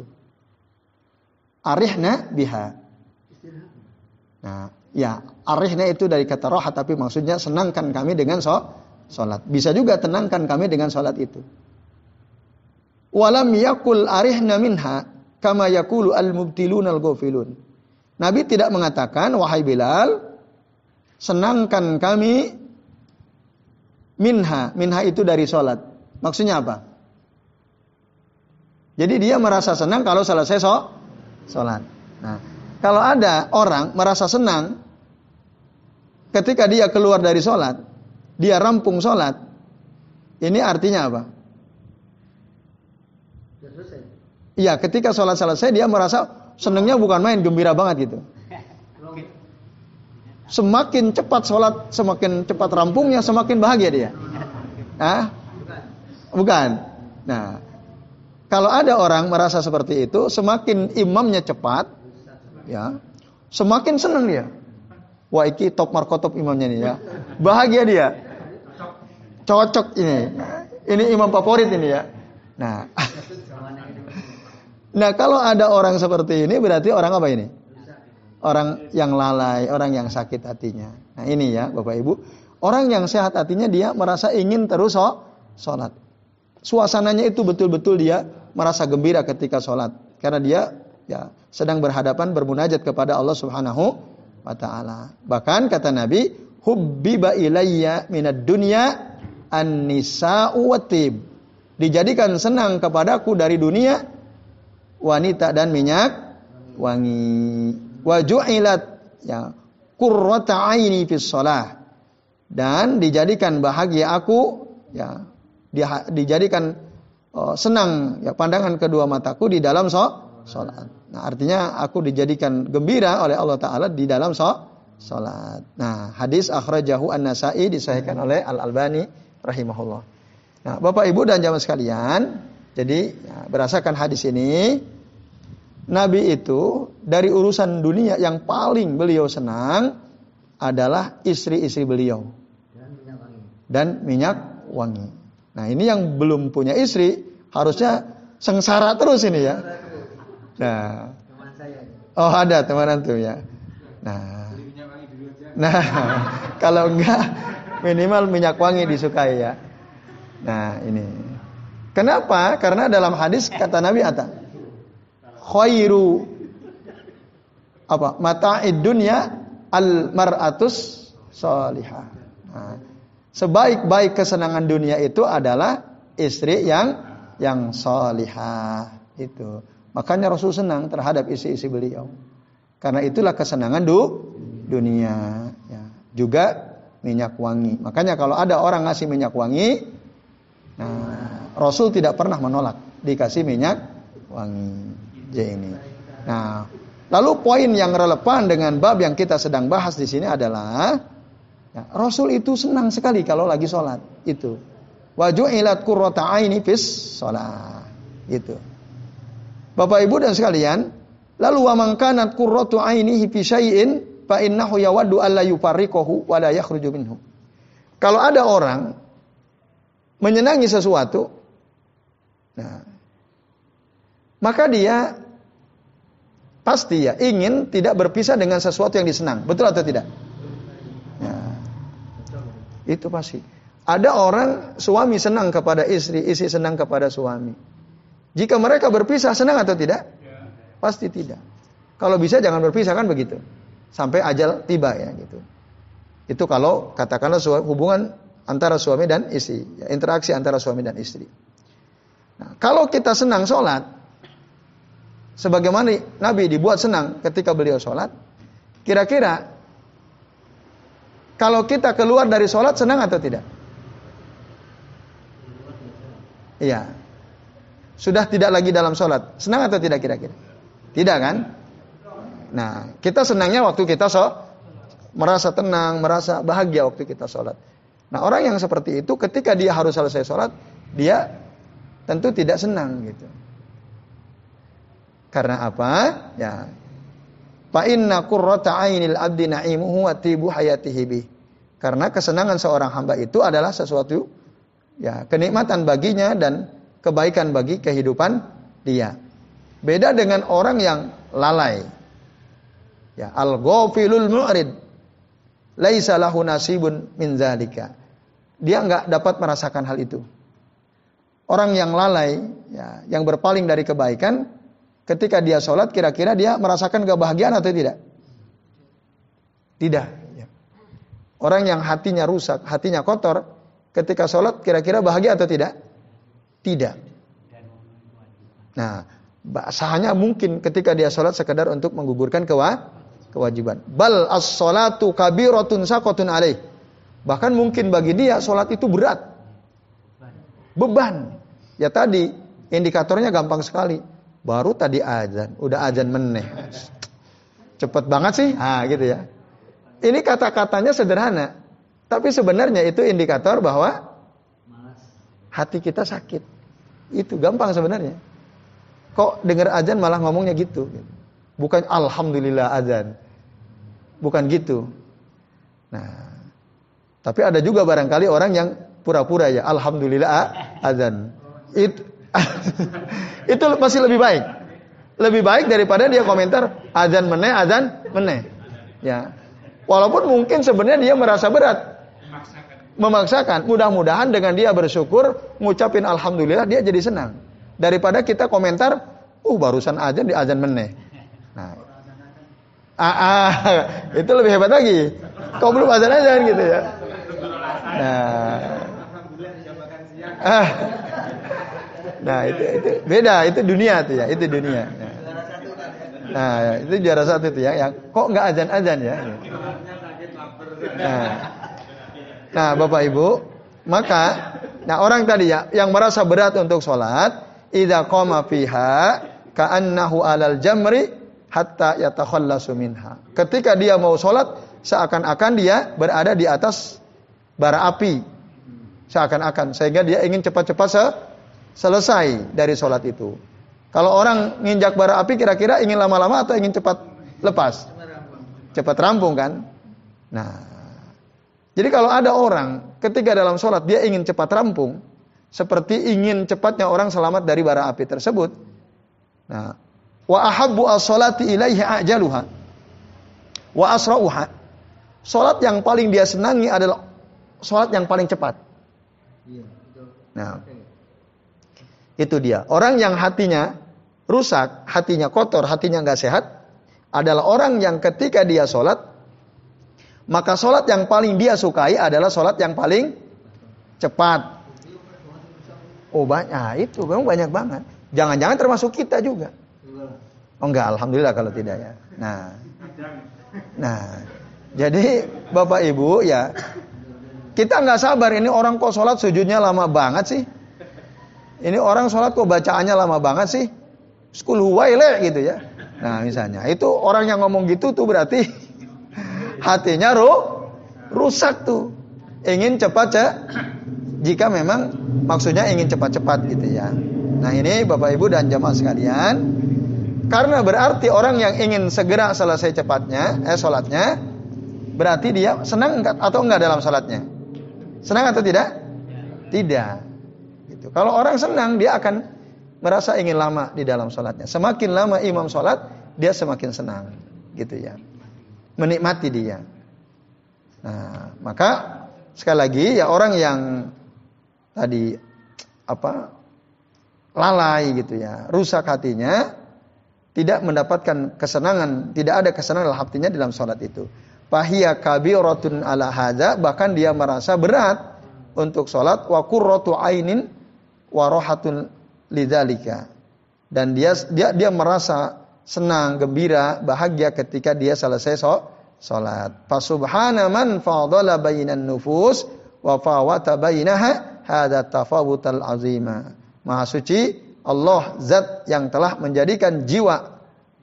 Arihna biha. Nah, ya, arihna itu dari kata roha, tapi maksudnya senangkan kami dengan sholat. Salat. Bisa juga tenangkan kami dengan salat itu. Walam yakul arihna minha kama yakulu al-mubtilun al-ghafilun. Nabi tidak mengatakan wahai Bilal senangkan kami minha. Minha itu dari salat. Maksudnya apa? Jadi dia merasa senang kalau selesai salat. Nah, kalau ada orang merasa senang ketika dia keluar dari salat, dia rampung sholat, ini artinya apa? Iya, ketika sholat selesai dia merasa senangnya bukan main, gembira banget gitu. Semakin cepat sholat, semakin cepat rampungnya, semakin bahagia dia. Nah, bukan. Nah, kalau ada orang merasa seperti itu, semakin imamnya cepat, ya, semakin senang dia. Wah, iki top markotop imamnya nih ya. Bahagia dia. Cocok ini. Ini imam favorit ini ya. Nah. Nah, kalau ada orang seperti ini berarti orang apa ini? Orang yang lalai, orang yang sakit hatinya. Nah, ini ya, Bapak Ibu. Orang yang sehat hatinya dia merasa ingin terus sholat. Suasananya itu betul-betul dia merasa gembira ketika sholat. Karena dia ya sedang berhadapan bermunajat kepada Allah Subhanahu wa ta'ala. Bahkan kata Nabi, hubbiba ilayya minad dunya an-nisa'u watib. Dijadikan senang kepadaku dari dunia wanita dan minyak wangi. Wa ju'ilat ya qurrata aini fis shalah. Dan dijadikan bahagia aku ya dijadikan oh, senang ya pandangan kedua mataku di dalam salat. Nah, artinya aku dijadikan gembira oleh Allah Ta'ala di dalam salat. Nah, hadis akhrajahu An-Nasa'i disahihkan oleh Al-Albani rahimahullah. Nah, Bapak Ibu dan jamaah sekalian, jadi ya, berdasarkan hadis ini, Nabi itu dari urusan dunia yang paling beliau senang adalah istri-istri beliau. dan minyak wangi. Nah, ini yang belum punya istri harusnya sengsara terus ini ya. Nah, Teman saya. oh ada teman antum ya. Nah, nah kalau enggak minimal minyak wangi disukai ya. Nah ini. Kenapa? Karena dalam hadis kata Nabi Atta, khairu apa mata'id dunya al mar'atus salihah. Nah, sebaik-baik kesenangan dunia itu adalah istri yang yang salihah itu. Makanya Rasul senang terhadap istri-istri beliau. Karena itulah kesenangan du, dunia. Ya. Juga minyak wangi. Makanya kalau ada orang ngasih minyak wangi, nah, Rasul tidak pernah menolak dikasih minyak wangi. J ini. Nah, lalu poin yang relevan dengan bab yang kita sedang bahas di sini adalah ya, Rasul itu senang sekali kalau lagi sholat. Itu. Wa ju'ilat qurrata aini fis shalah. Itu. Bapak Ibu dan sekalian, lalu wa man kanat qurratu ainihi fi syai'in fa innahu yawaddu alla yufarriqahu wa la yakhruju minhu. Kalau ada orang menyenangi sesuatu, nah, maka dia pasti ya ingin tidak berpisah dengan sesuatu yang disenang. Betul atau tidak? Ya, itu pasti. Ada orang suami senang kepada istri, istri senang kepada suami. Jika mereka berpisah senang atau tidak? Pasti tidak. Kalau bisa jangan berpisah kan begitu. Sampai ajal tiba ya gitu. Itu kalau katakanlah hubungan antara suami dan istri, ya, interaksi antara suami dan istri. Nah, kalau kita senang sholat, sebagaimana Nabi dibuat senang ketika beliau sholat, kira-kira kalau kita keluar dari sholat senang atau tidak? Iya. Sudah tidak lagi dalam sholat, senang atau tidak kira-kira? Tidak kan? Nah, kita senangnya waktu kita so, merasa tenang, merasa bahagia waktu kita sholat. Nah, orang yang seperti itu ketika dia harus selesai sholat, dia tentu tidak senang gitu. Karena apa? Ya. Fa inna qurrata 'ainil 'abdi na'imuhu wa tibu hayatihi bih. Karena kesenangan seorang hamba itu adalah sesuatu ya, kenikmatan baginya dan kebaikan bagi kehidupan dia. Beda dengan orang yang lalai. Ya, al-ghafilul mu'rid. Laisa lahu nasibun min zalika. Dia enggak dapat merasakan hal itu. Orang yang lalai, ya, yang berpaling dari kebaikan, ketika dia sholat, kira-kira dia merasakan kebahagiaan atau tidak? Tidak. Ya. Orang yang hatinya rusak, hatinya kotor, ketika sholat, kira-kira bahagia atau tidak? Tidak. Nah, bahasanya mungkin ketika dia sholat sekedar untuk menggugurkan kewa, kewajiban. Bal as-sholatu kabiratun saqatun alaih. Bahkan mungkin bagi dia sholat itu berat. Beban. Ya tadi, indikatornya gampang sekali. Baru tadi azan, udah azan meneh. Cepet banget sih, ah gitu ya. Ini kata-katanya sederhana. Tapi sebenarnya itu indikator bahwa hati kita sakit. Itu gampang sebenarnya. Kok dengar azan malah ngomongnya gitu? Bukan alhamdulillah azan. Bukan gitu. Nah, tapi ada juga barangkali orang yang pura-pura ya alhamdulillah azan. Itu itu masih lebih baik. Lebih baik daripada dia komentar azan meneh, azan meneh. Ya. Walaupun mungkin sebenarnya dia merasa berat. Memaksakan. Mudah-mudahan dengan dia bersyukur, ngucapin alhamdulillah, dia jadi senang. Daripada kita komentar, uh barusan azan di azan meneh. Nah, ah, ah, itu lebih hebat lagi. Kok belum azan-azan gitu ya. Nah, ah, nah itu, itu beda, itu dunia tuh ya, itu dunia. Nah, nah itu juara satu tuh ya, yang kok nggak azan-azan ya. Nah. Nah, Bapak Ibu, maka nah orang tadi ya yang merasa berat untuk sholat, idza qama fiha ka'annahu 'alal jamri hatta yatakhallasu minha. Ketika dia mau sholat, seakan-akan dia berada di atas bara api. Seakan-akan sehingga dia ingin cepat-cepat se- selesai dari sholat itu. Kalau orang nginjak bara api kira-kira ingin lama-lama atau ingin cepat lepas? Cepat rampung kan? Nah, Jadi kalau ada orang ketika dalam sholat dia ingin cepat rampung, seperti ingin cepatnya orang selamat dari bara api tersebut. Nah, wa ahabbu as-salati ilaihi ajaluha wa asra'uha. Sholat yang paling dia senangi adalah sholat yang paling cepat. Nah, itu dia. Orang yang hatinya rusak, hatinya kotor, hatinya nggak sehat, adalah orang yang ketika dia sholat, maka sholat yang paling dia sukai adalah sholat yang paling cepat. Oh banyak, itu memang banyak banget. Jangan-jangan termasuk kita juga. Oh enggak, alhamdulillah kalau tidak ya. Nah, nah, jadi Bapak Ibu ya, kita nggak sabar ini orang kok sholat sujudnya lama banget sih. Ini orang sholat kok bacaannya lama banget sih. Skul huwaile gitu ya. Nah misalnya, itu orang yang ngomong gitu tuh berarti hatinya ruh, rusak tuh. Ingin cepat ya. Jika memang maksudnya ingin cepat-cepat gitu ya. Nah ini Bapak Ibu dan jamaah sekalian, karena berarti orang yang ingin segera selesai cepatnya, eh sholatnya, berarti dia senang atau enggak dalam sholatnya? Senang atau tidak? Tidak. Gitu. Kalau orang senang, dia akan merasa ingin lama di dalam sholatnya. Semakin lama imam sholat, dia semakin senang. Gitu ya. Menikmati dia. Nah, maka sekali lagi ya orang yang tadi apa lalai gitu ya, rusak hatinya, tidak mendapatkan kesenangan, tidak ada kesenangan dalam hatinya dalam sholat itu. Fahiya kabiratun ala hadza, bahkan dia merasa berat untuk sholat. Wa qurratu ainin wa rahatun lidzalika, dan dia dia dia merasa senang, gembira, bahagia ketika dia selesai sholat. Fa subhana man fadala bainan nufus wa fawata bainaha hadza tafawutal azima. Maha suci Allah, zat yang telah menjadikan jiwa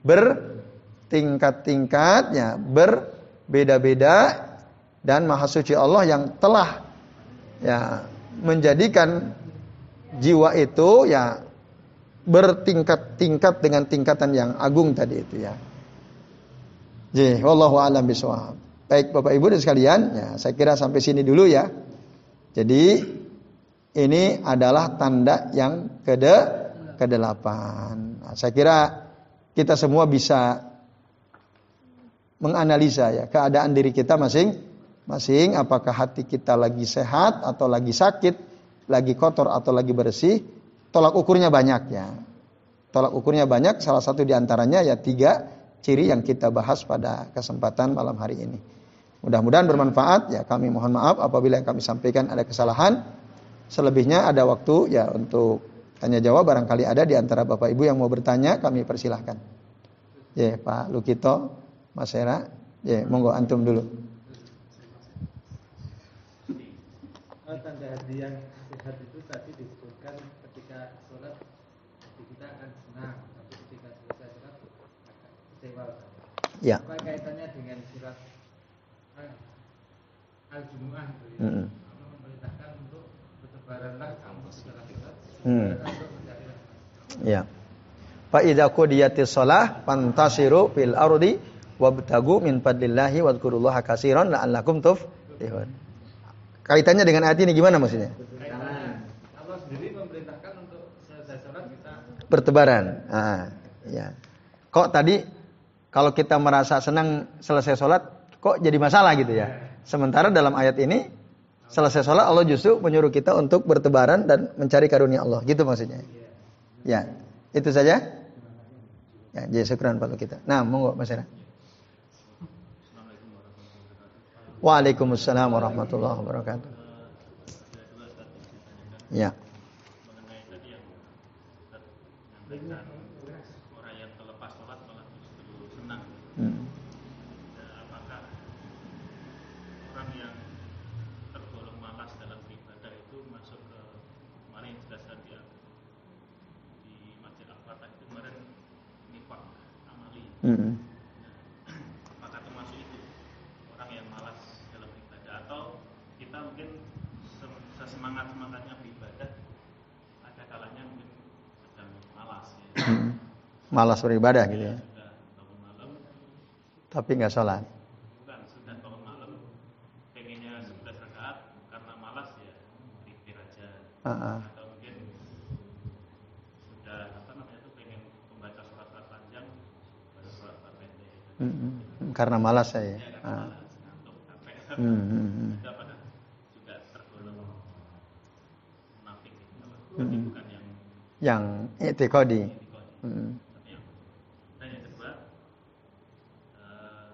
bertingkat-tingkatnya, berbeda-beda, dan maha suci Allah yang telah ya menjadikan jiwa itu ya bertingkat-tingkat dengan tingkatan yang agung tadi itu ya. Jadi, wallahu a'lam bishawab. Baik Bapak Ibu dan sekalian, ya saya kira sampai sini dulu ya. Jadi ini adalah tanda yang kede kedelapan. Nah, saya kira kita semua bisa menganalisa ya keadaan diri kita masing-masing, apakah hati kita lagi sehat atau lagi sakit, lagi kotor atau lagi bersih. Tolak ukurnya banyak ya. Tolak ukurnya banyak, salah satu diantaranya ya tiga ciri yang kita bahas pada kesempatan malam hari ini. Mudah-mudahan bermanfaat ya. Kami mohon maaf apabila yang kami sampaikan ada kesalahan. Selebihnya ada waktu ya untuk tanya jawab, barangkali ada di antara Bapak Ibu yang mau bertanya, kami persilahkan. Ya Pak Lukito, Mas Hera, ya monggo antum dulu. Tanda hati yang sehat itu tadi disebutkan ketika sholat kita akan senang, tapi ketika selesai sholat akan kecewa. Ya. Apa kaitannya dengan surat Al-Jumu'ah itu ya? Mm-hmm. Allah memerintahkan untuk bertebaranlah kamu setelah sholat, Hmm. untuk mencari rahmat. Ya. Fa idza qudiyatis shalah fantasiru fil ardi wabtagu min fadlillahi wadhkurullaha katsiran la'allakum tuflihun. Kaitannya dengan ayat ini gimana maksudnya? Allah sendiri memerintahkan untuk selesai sholat kita Bertebaran. Ah, ya. Kok tadi kalau kita merasa senang selesai sholat, kok jadi masalah gitu ya? Sementara dalam ayat ini selesai sholat Allah justru menyuruh kita untuk bertebaran dan mencari karunia Allah. Gitu maksudnya. Ya, itu saja. Ya, jadi syukran Pak kita. Nah, monggo Mas Hera. Waalaikumsalam warahmatullahi wabarakatuh. Ya. Mengenai tadi yang menyampaikan orang yang terlepas sholat malah justru senang. Hmm. Dan apakah orang yang tergolong malas dalam beribadah itu masuk ke kemarin jelaskan dia di Masjid Al-Fatah itu kemarin nifaq amali. Hmm. Apakah termasuk itu orang yang malas dalam beribadah, atau kita mungkin sesemangat semangatnya beribadah ada kalanya mungkin sedang malas ya. Malas beribadah gitu ya. Sudah bangun malam Tapi nggak sholat. bukan sudah bangun malam pengennya sudah Hmm, karena malas saya. Ya, karena Ah. malas, ngantuk, capek. Hmm, hmm, hmm. Itu apakah juga tergolong munafik gitu, Pak? Tapi Hmm. bukan yang Yang i'tiqadi. itikadi. Hmm. Tapi yang dan yang kedua, eh,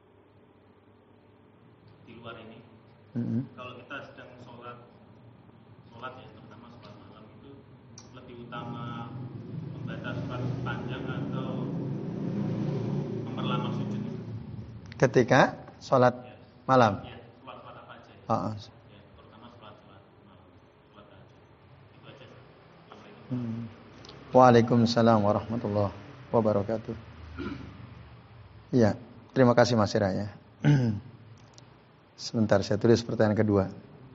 di luar ini, Hmm. kalau kita sedang sholat, sholat ya, terutama sholat malam itu lebih utama membaca surat panjang atau memperlama sujud. Ketika sholat Ya, malam. ya, sholat-sholat apa aja? Ya, Ah, ah. ya terutama sholat-sholat malam, sholat tahajud. Itu aja. Assalamualaikum. Hmm. Waalaikumsalam warahmatullahi wabarakatuh. Iya, terima kasih Mas Ira ya. Sebentar saya tulis pertanyaan kedua.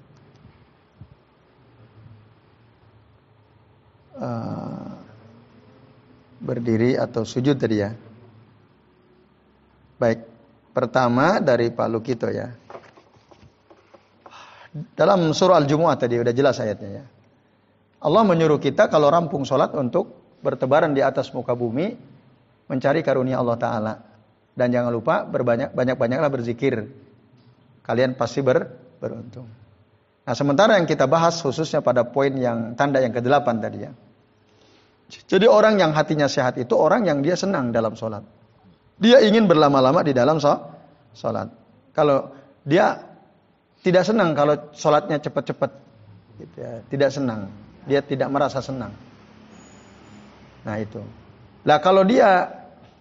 Uh, berdiri atau sujud tadi ya. Baik, pertama dari Pak Lukito ya. Dalam surah Al-Jumu'ah tadi udah jelas ayatnya ya. Allah menyuruh kita kalau rampung sholat untuk bertebaran di atas muka bumi mencari karunia Allah Ta'ala. Dan jangan lupa berbanyak banyak-banyaklah berzikir. Kalian pasti ber, beruntung. Nah sementara yang kita bahas khususnya pada poin yang tanda yang kedelapan tadi ya. Jadi orang yang hatinya sehat itu orang yang dia senang dalam sholat. Dia ingin berlama-lama di dalam sholat. Kalau dia tidak senang kalau sholatnya cepat-cepat. Gitu ya. Tidak senang. Dia tidak merasa senang. Nah itu. Lah kalau dia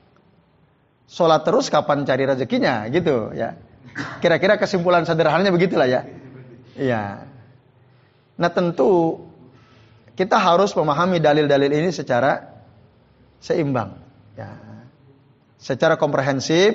sholat terus kapan cari rezekinya gitu ya. Kira-kira kesimpulan sederhananya begitulah ya. Iya. Nah tentu kita harus memahami dalil-dalil ini secara seimbang. Ya. Secara komprehensif.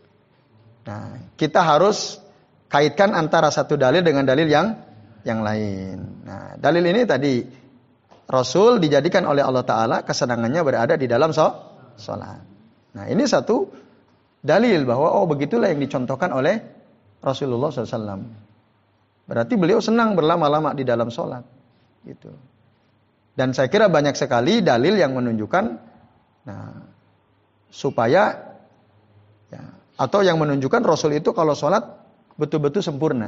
Nah kita harus kaitkan antara satu dalil dengan dalil yang yang lain. Nah dalil ini tadi Rasul dijadikan oleh Allah Ta'ala kesenangannya berada di dalam sholat. Nah ini satu dalil bahwa oh begitulah yang dicontohkan oleh Rasulullah shallallahu alaihi wasallam. Berarti beliau senang berlama-lama di dalam sholat. Gitu. Dan saya kira banyak sekali dalil yang menunjukkan nah, supaya ya, atau yang menunjukkan Rasul itu kalau sholat betul-betul sempurna.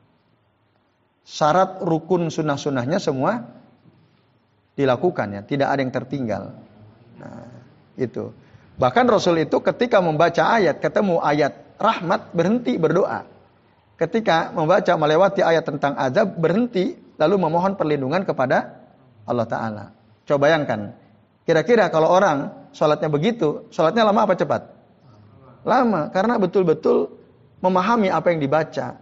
Syarat rukun sunnah-sunnahnya semua dilakukan ya, tidak ada yang tertinggal. Nah, itu. Bahkan Rasul itu ketika membaca ayat, ketemu ayat rahmat, berhenti berdoa. Ketika membaca melewati ayat tentang azab, berhenti lalu memohon perlindungan kepada Allah Ta'ala. Coba bayangkan, kira-kira kalau orang sholatnya begitu, sholatnya lama apa cepat? Lama, karena betul-betul memahami apa yang dibaca,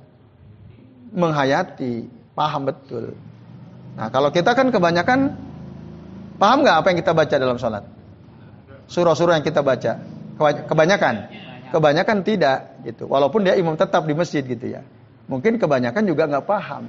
menghayati, paham betul. Nah kalau kita kan kebanyakan paham nggak apa yang kita baca dalam sholat? Surah-surah yang kita baca, kebanyakan, kebanyakan tidak, gitu. Walaupun dia imam tetap di masjid gitu ya, mungkin kebanyakan juga nggak paham.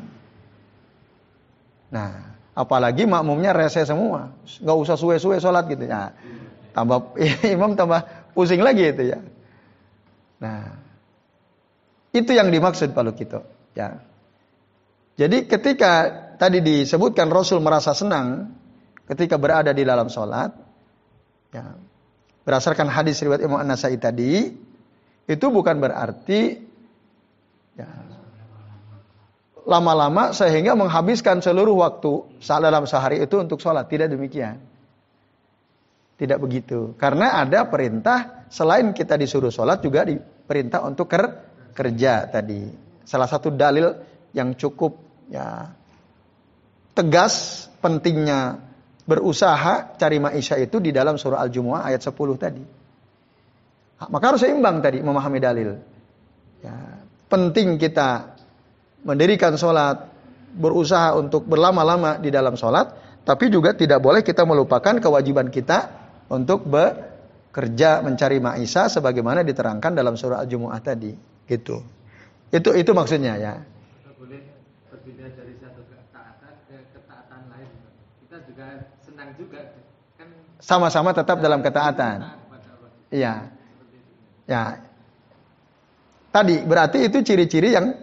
Nah, apalagi makmumnya rese semua, nggak usah suwe-suwe sholat gitu ya, tambah imam tambah pusing lagi itu ya. Nah, itu yang dimaksud Pak Lukito, ya. Jadi ketika tadi disebutkan Rasul merasa senang ketika berada di dalam sholat, ya, berdasarkan hadis riwayat Imam An-Nasai tadi, itu bukan berarti ya, lama-lama sehingga menghabiskan seluruh waktu dalam sehari itu untuk sholat. Tidak demikian. Tidak begitu. Karena ada perintah selain kita disuruh sholat juga diperintah untuk ker kerja tadi. Salah satu dalil yang cukup ya tegas pentingnya berusaha cari maisha itu di dalam surah Al-Jumu'ah ayat sepuluh tadi. Maka harus seimbang tadi memahami dalil. Ya, penting kita mendirikan sholat, berusaha untuk berlama-lama di dalam sholat, tapi juga tidak boleh kita melupakan kewajiban kita untuk bekerja mencari maisha sebagaimana diterangkan dalam surah Al-Jumu'ah tadi. Gitu. Itu itu maksudnya ya. Boleh berbeda dari satu ketaatan ke ketaatan lain. Kita juga senang juga kan sama-sama tetap dalam ketaatan. Iya. Ya. Tadi berarti itu ciri-ciri yang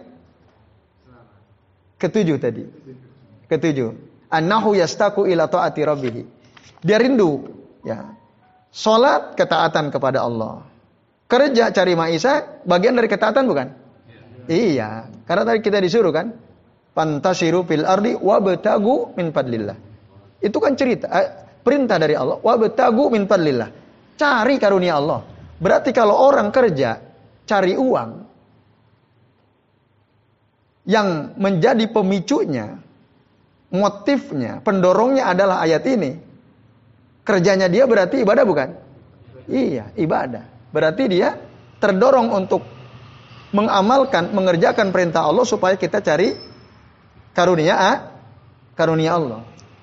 ketujuh tadi. Ketujuh. Annahu yastaku ila ta'ati rabbih. Dia rindu ya. Salat ketaatan kepada Allah. kerja cari maisha bagian dari ketaatan bukan? Iya, karena tadi kita disuruh kan, fantasiru fil ardi wabtagu min fadlillah. Itu kan cerita, eh, perintah dari Allah, wabtagu min fadlillah. Cari karunia Allah. Berarti kalau orang kerja cari uang, yang menjadi pemicunya, motifnya, pendorongnya adalah ayat ini. Kerjanya dia berarti ibadah bukan? Iya, ibadah. Berarti dia terdorong untuk mengamalkan, mengerjakan perintah Allah supaya kita cari karunia, ah, karunia Allah.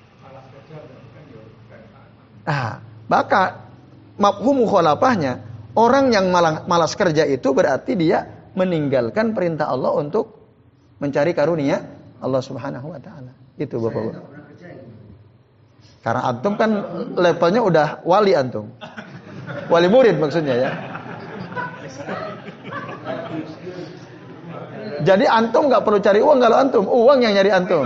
Ah, maka mafhum mukhalafahnya, orang yang malas, malas kerja itu berarti dia meninggalkan perintah Allah untuk mencari karunia Allah Subhanahu wa taala. Itu Bapak-Bapak. Karena antum kan levelnya udah wali antum. Wali murid maksudnya ya. Jadi antum nggak perlu cari uang kalau antum, uang yang nyari antum.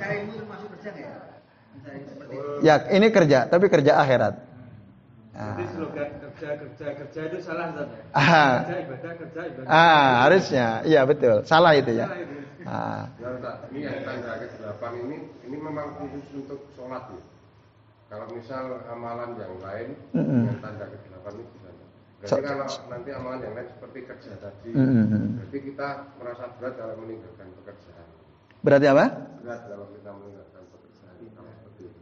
Ya, ini kerja, tapi kerja akhirat. Nah. Jadi slogan kerja kerja kerja itu salah Ustaz. Ah. Kerja ibadah, kerja ibadah. Ah, harusnya. Iya betul. Salah itu ya. Ah. Ya, Ustaz, ini yang tanda kedelapan ini ini memang khusus untuk sholat ya. Kalau misal amalan yang lain mm-hmm. dengan tanda kedelapan ini bisa. Berarti so, kalau nanti amalan yang lain seperti kerja tadi, mm-hmm. berarti kita merasa berat kalau meninggalkan pekerjaan. Berarti apa? Berat kalau kita meninggalkan pekerjaan. Kalau seperti itu.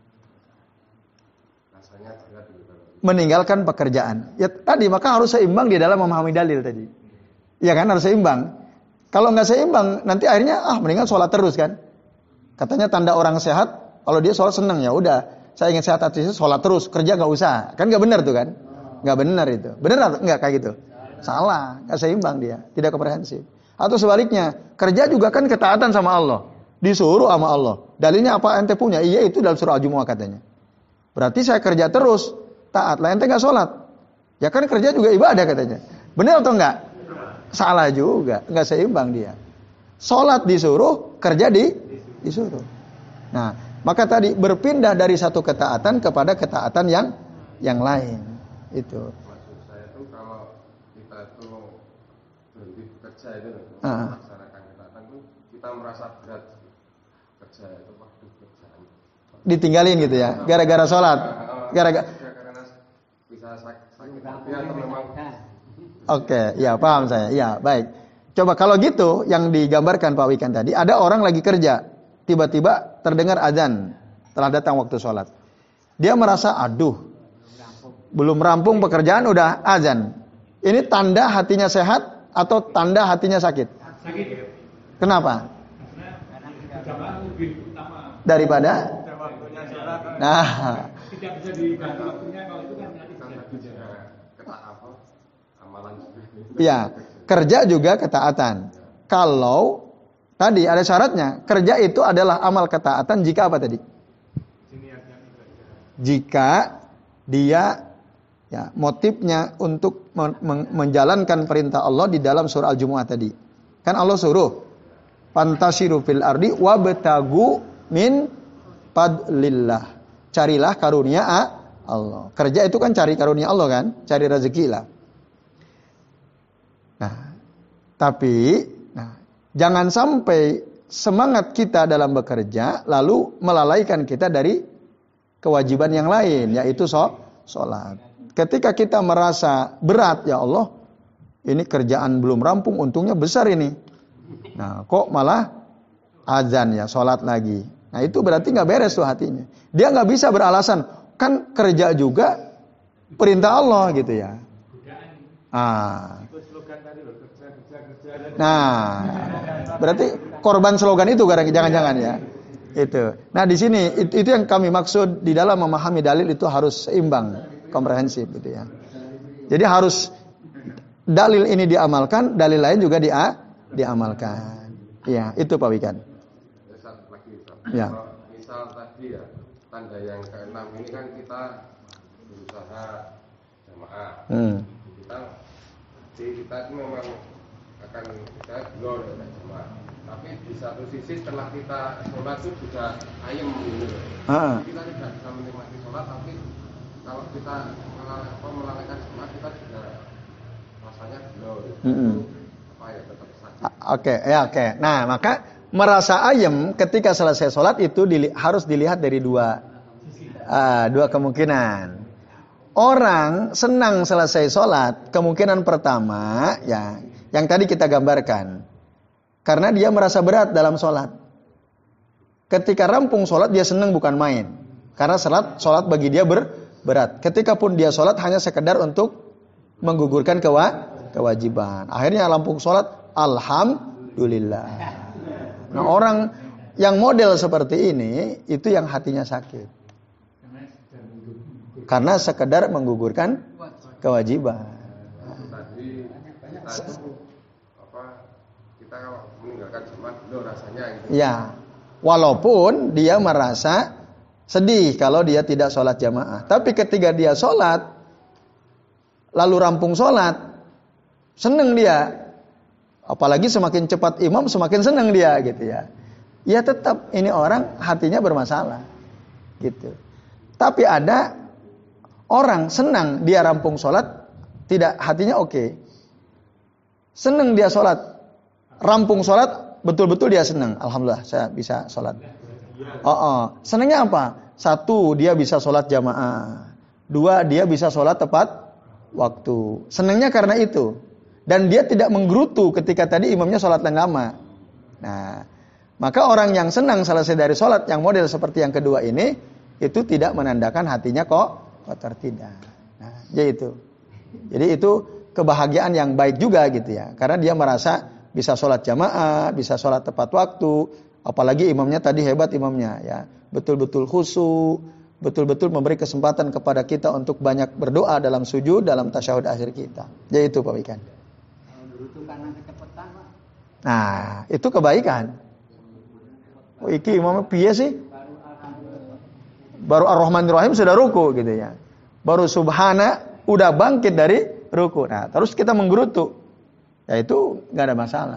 Rasanya berat gitu. Meninggalkan pekerjaan. Ya tadi maka harus seimbang di dalam memahami dalil tadi. Iya kan, harus seimbang. Kalau nggak seimbang, nanti akhirnya ah mendingan sholat terus kan. Katanya tanda orang sehat, kalau dia sholat senang ya udah. Saya ingin sehat hati sholat terus, kerja nggak usah. Kan nggak benar tuh kan? Nggak benar itu. Benar nggak kayak gitu? Salah, nggak seimbang dia, tidak komprehensif. Atau sebaliknya, kerja juga kan ketaatan sama Allah, disuruh sama Allah. Dalilnya apa ente punya? Iya itu dalam surah Al-Jumu'ah katanya. Berarti saya kerja terus, taat lah ente nggak sholat. Ya kan kerja juga ibadah katanya. Benar atau enggak? Salah juga, nggak seimbang dia. Sholat disuruh, kerja di disuruh. Nah, maka tadi berpindah dari satu ketaatan kepada ketaatan yang yang lain. Itu. Maksud saya itu kalau kita itu berhenti bekerja itu uh. melaksanakan ketaatan itu kita merasa berat kerja itu waktu kerjaan. Ditinggalin gitu ya, gara-gara sholat. Gara-gara karena bisa sakit hati atau memang. Oke, ya paham saya. Ya, baik. Coba kalau gitu yang digambarkan Pak Wikan tadi, ada orang lagi kerja, tiba-tiba terdengar azan, telah datang waktu sholat. Dia merasa, aduh, belum rampung pekerjaan udah azan. Ini tanda hatinya sehat atau tanda hatinya sakit? Sakit. Kenapa? Daripada? Nah, tidak bisa diganti waktunya kalau itu kan nanti bisa. ya, kerja juga ketaatan. Kalau tadi ada syaratnya, kerja itu adalah amal ketaatan jika apa tadi? Jika dia ya motifnya untuk men- men- menjalankan perintah Allah di dalam surah Al-Jumu'ah tadi. Kan Allah suruh fantasiru fil ardi wabtagu min fadlillah. Carilah karunia Allah. Kerja itu kan cari karunia Allah kan, cari rezeki lah. Nah, tapi nah, jangan sampai semangat kita dalam bekerja lalu melalaikan kita dari kewajiban yang lain, yaitu sholat. Ketika kita merasa berat, ya Allah, ini kerjaan belum rampung, untungnya besar ini. Nah, kok malah azan ya, sholat lagi. Nah, itu berarti nggak beres tuh hatinya. Dia nggak bisa beralasan, kan kerja juga perintah Allah gitu ya. Ah. Nah, berarti korban slogan itu jangan-jangan ya. Itu. Nah, di sini itu, itu yang kami maksud di dalam memahami dalil itu harus seimbang, komprehensif gitu ya. Jadi harus dalil ini diamalkan, dalil lain juga dia diamalkan. Iya, itu Pak Wikan. Ya. Misal tadi ya, tanda yang keenam ini kan kita berusaha jamaah. Hmm. Kita jadi kita itu memang akan kita glor ya jamaah. Tapi di satu sisi setelah kita sholat itu juga ayem gitu. Ah. Kita tidak bisa menikmati sholat, tapi kalau kita melalaikan sholat kita juga rasanya belum. Mm-mm. Apa ya tetap sakit. Oke, okay, ya oke. Okay. Nah, maka merasa ayem ketika selesai sholat itu dili- harus dilihat dari dua uh, dua kemungkinan. Orang senang selesai sholat, kemungkinan pertama ya yang tadi kita gambarkan, karena dia merasa berat dalam sholat. Ketika rampung sholat dia senang bukan main, karena sholat sholat bagi dia ber, berat. Ketika pun dia sholat hanya sekedar untuk menggugurkan kewa, kewajiban. Akhirnya rampung sholat, alhamdulillah. Nah orang yang model seperti ini itu yang hatinya sakit. Karena sekedar menggugurkan kewajiban. Tadi kita itu apa kita meninggalkan jamaah dulu rasanya gitu. Ya, walaupun dia merasa sedih kalau dia tidak sholat jamaah. Tapi ketika dia sholat, lalu rampung sholat, seneng dia. Apalagi semakin cepat imam, semakin seneng dia gitu ya. Ya tetap ini orang hatinya bermasalah, gitu. Tapi ada orang senang dia rampung sholat, tidak hatinya oke. Okay. Senang dia sholat, rampung sholat, betul-betul dia senang. Alhamdulillah saya bisa sholat. Oh, oh. Senangnya apa? Satu, dia bisa sholat jamaah. Dua, dia bisa sholat tepat waktu. Senangnya karena itu. Dan dia tidak menggerutu ketika tadi imamnya sholat lama. Nah, maka orang yang senang selesai dari sholat yang model seperti yang kedua ini, itu tidak menandakan hatinya kok kotor, tidak. Nah, yaitu. Jadi itu kebahagiaan yang baik juga gitu ya. Karena dia merasa bisa sholat jamaah, bisa sholat tepat waktu. Apalagi imamnya tadi hebat imamnya ya. Betul-betul khusyuk, betul-betul memberi kesempatan kepada kita untuk banyak berdoa dalam sujud, dalam tasyahud akhir kita. Yaitu Pak Wikan. Kalau dulu itu karena kecepatan, Pak. Nah, itu kebaikan. Oh, iki imamnya piye sih? Baru Ar-Rahmanir Rahim sudah ruku gitu ya. Baru Subhana udah bangkit dari ruku. Nah, terus kita menggerutu. Ya itu enggak ada masalah.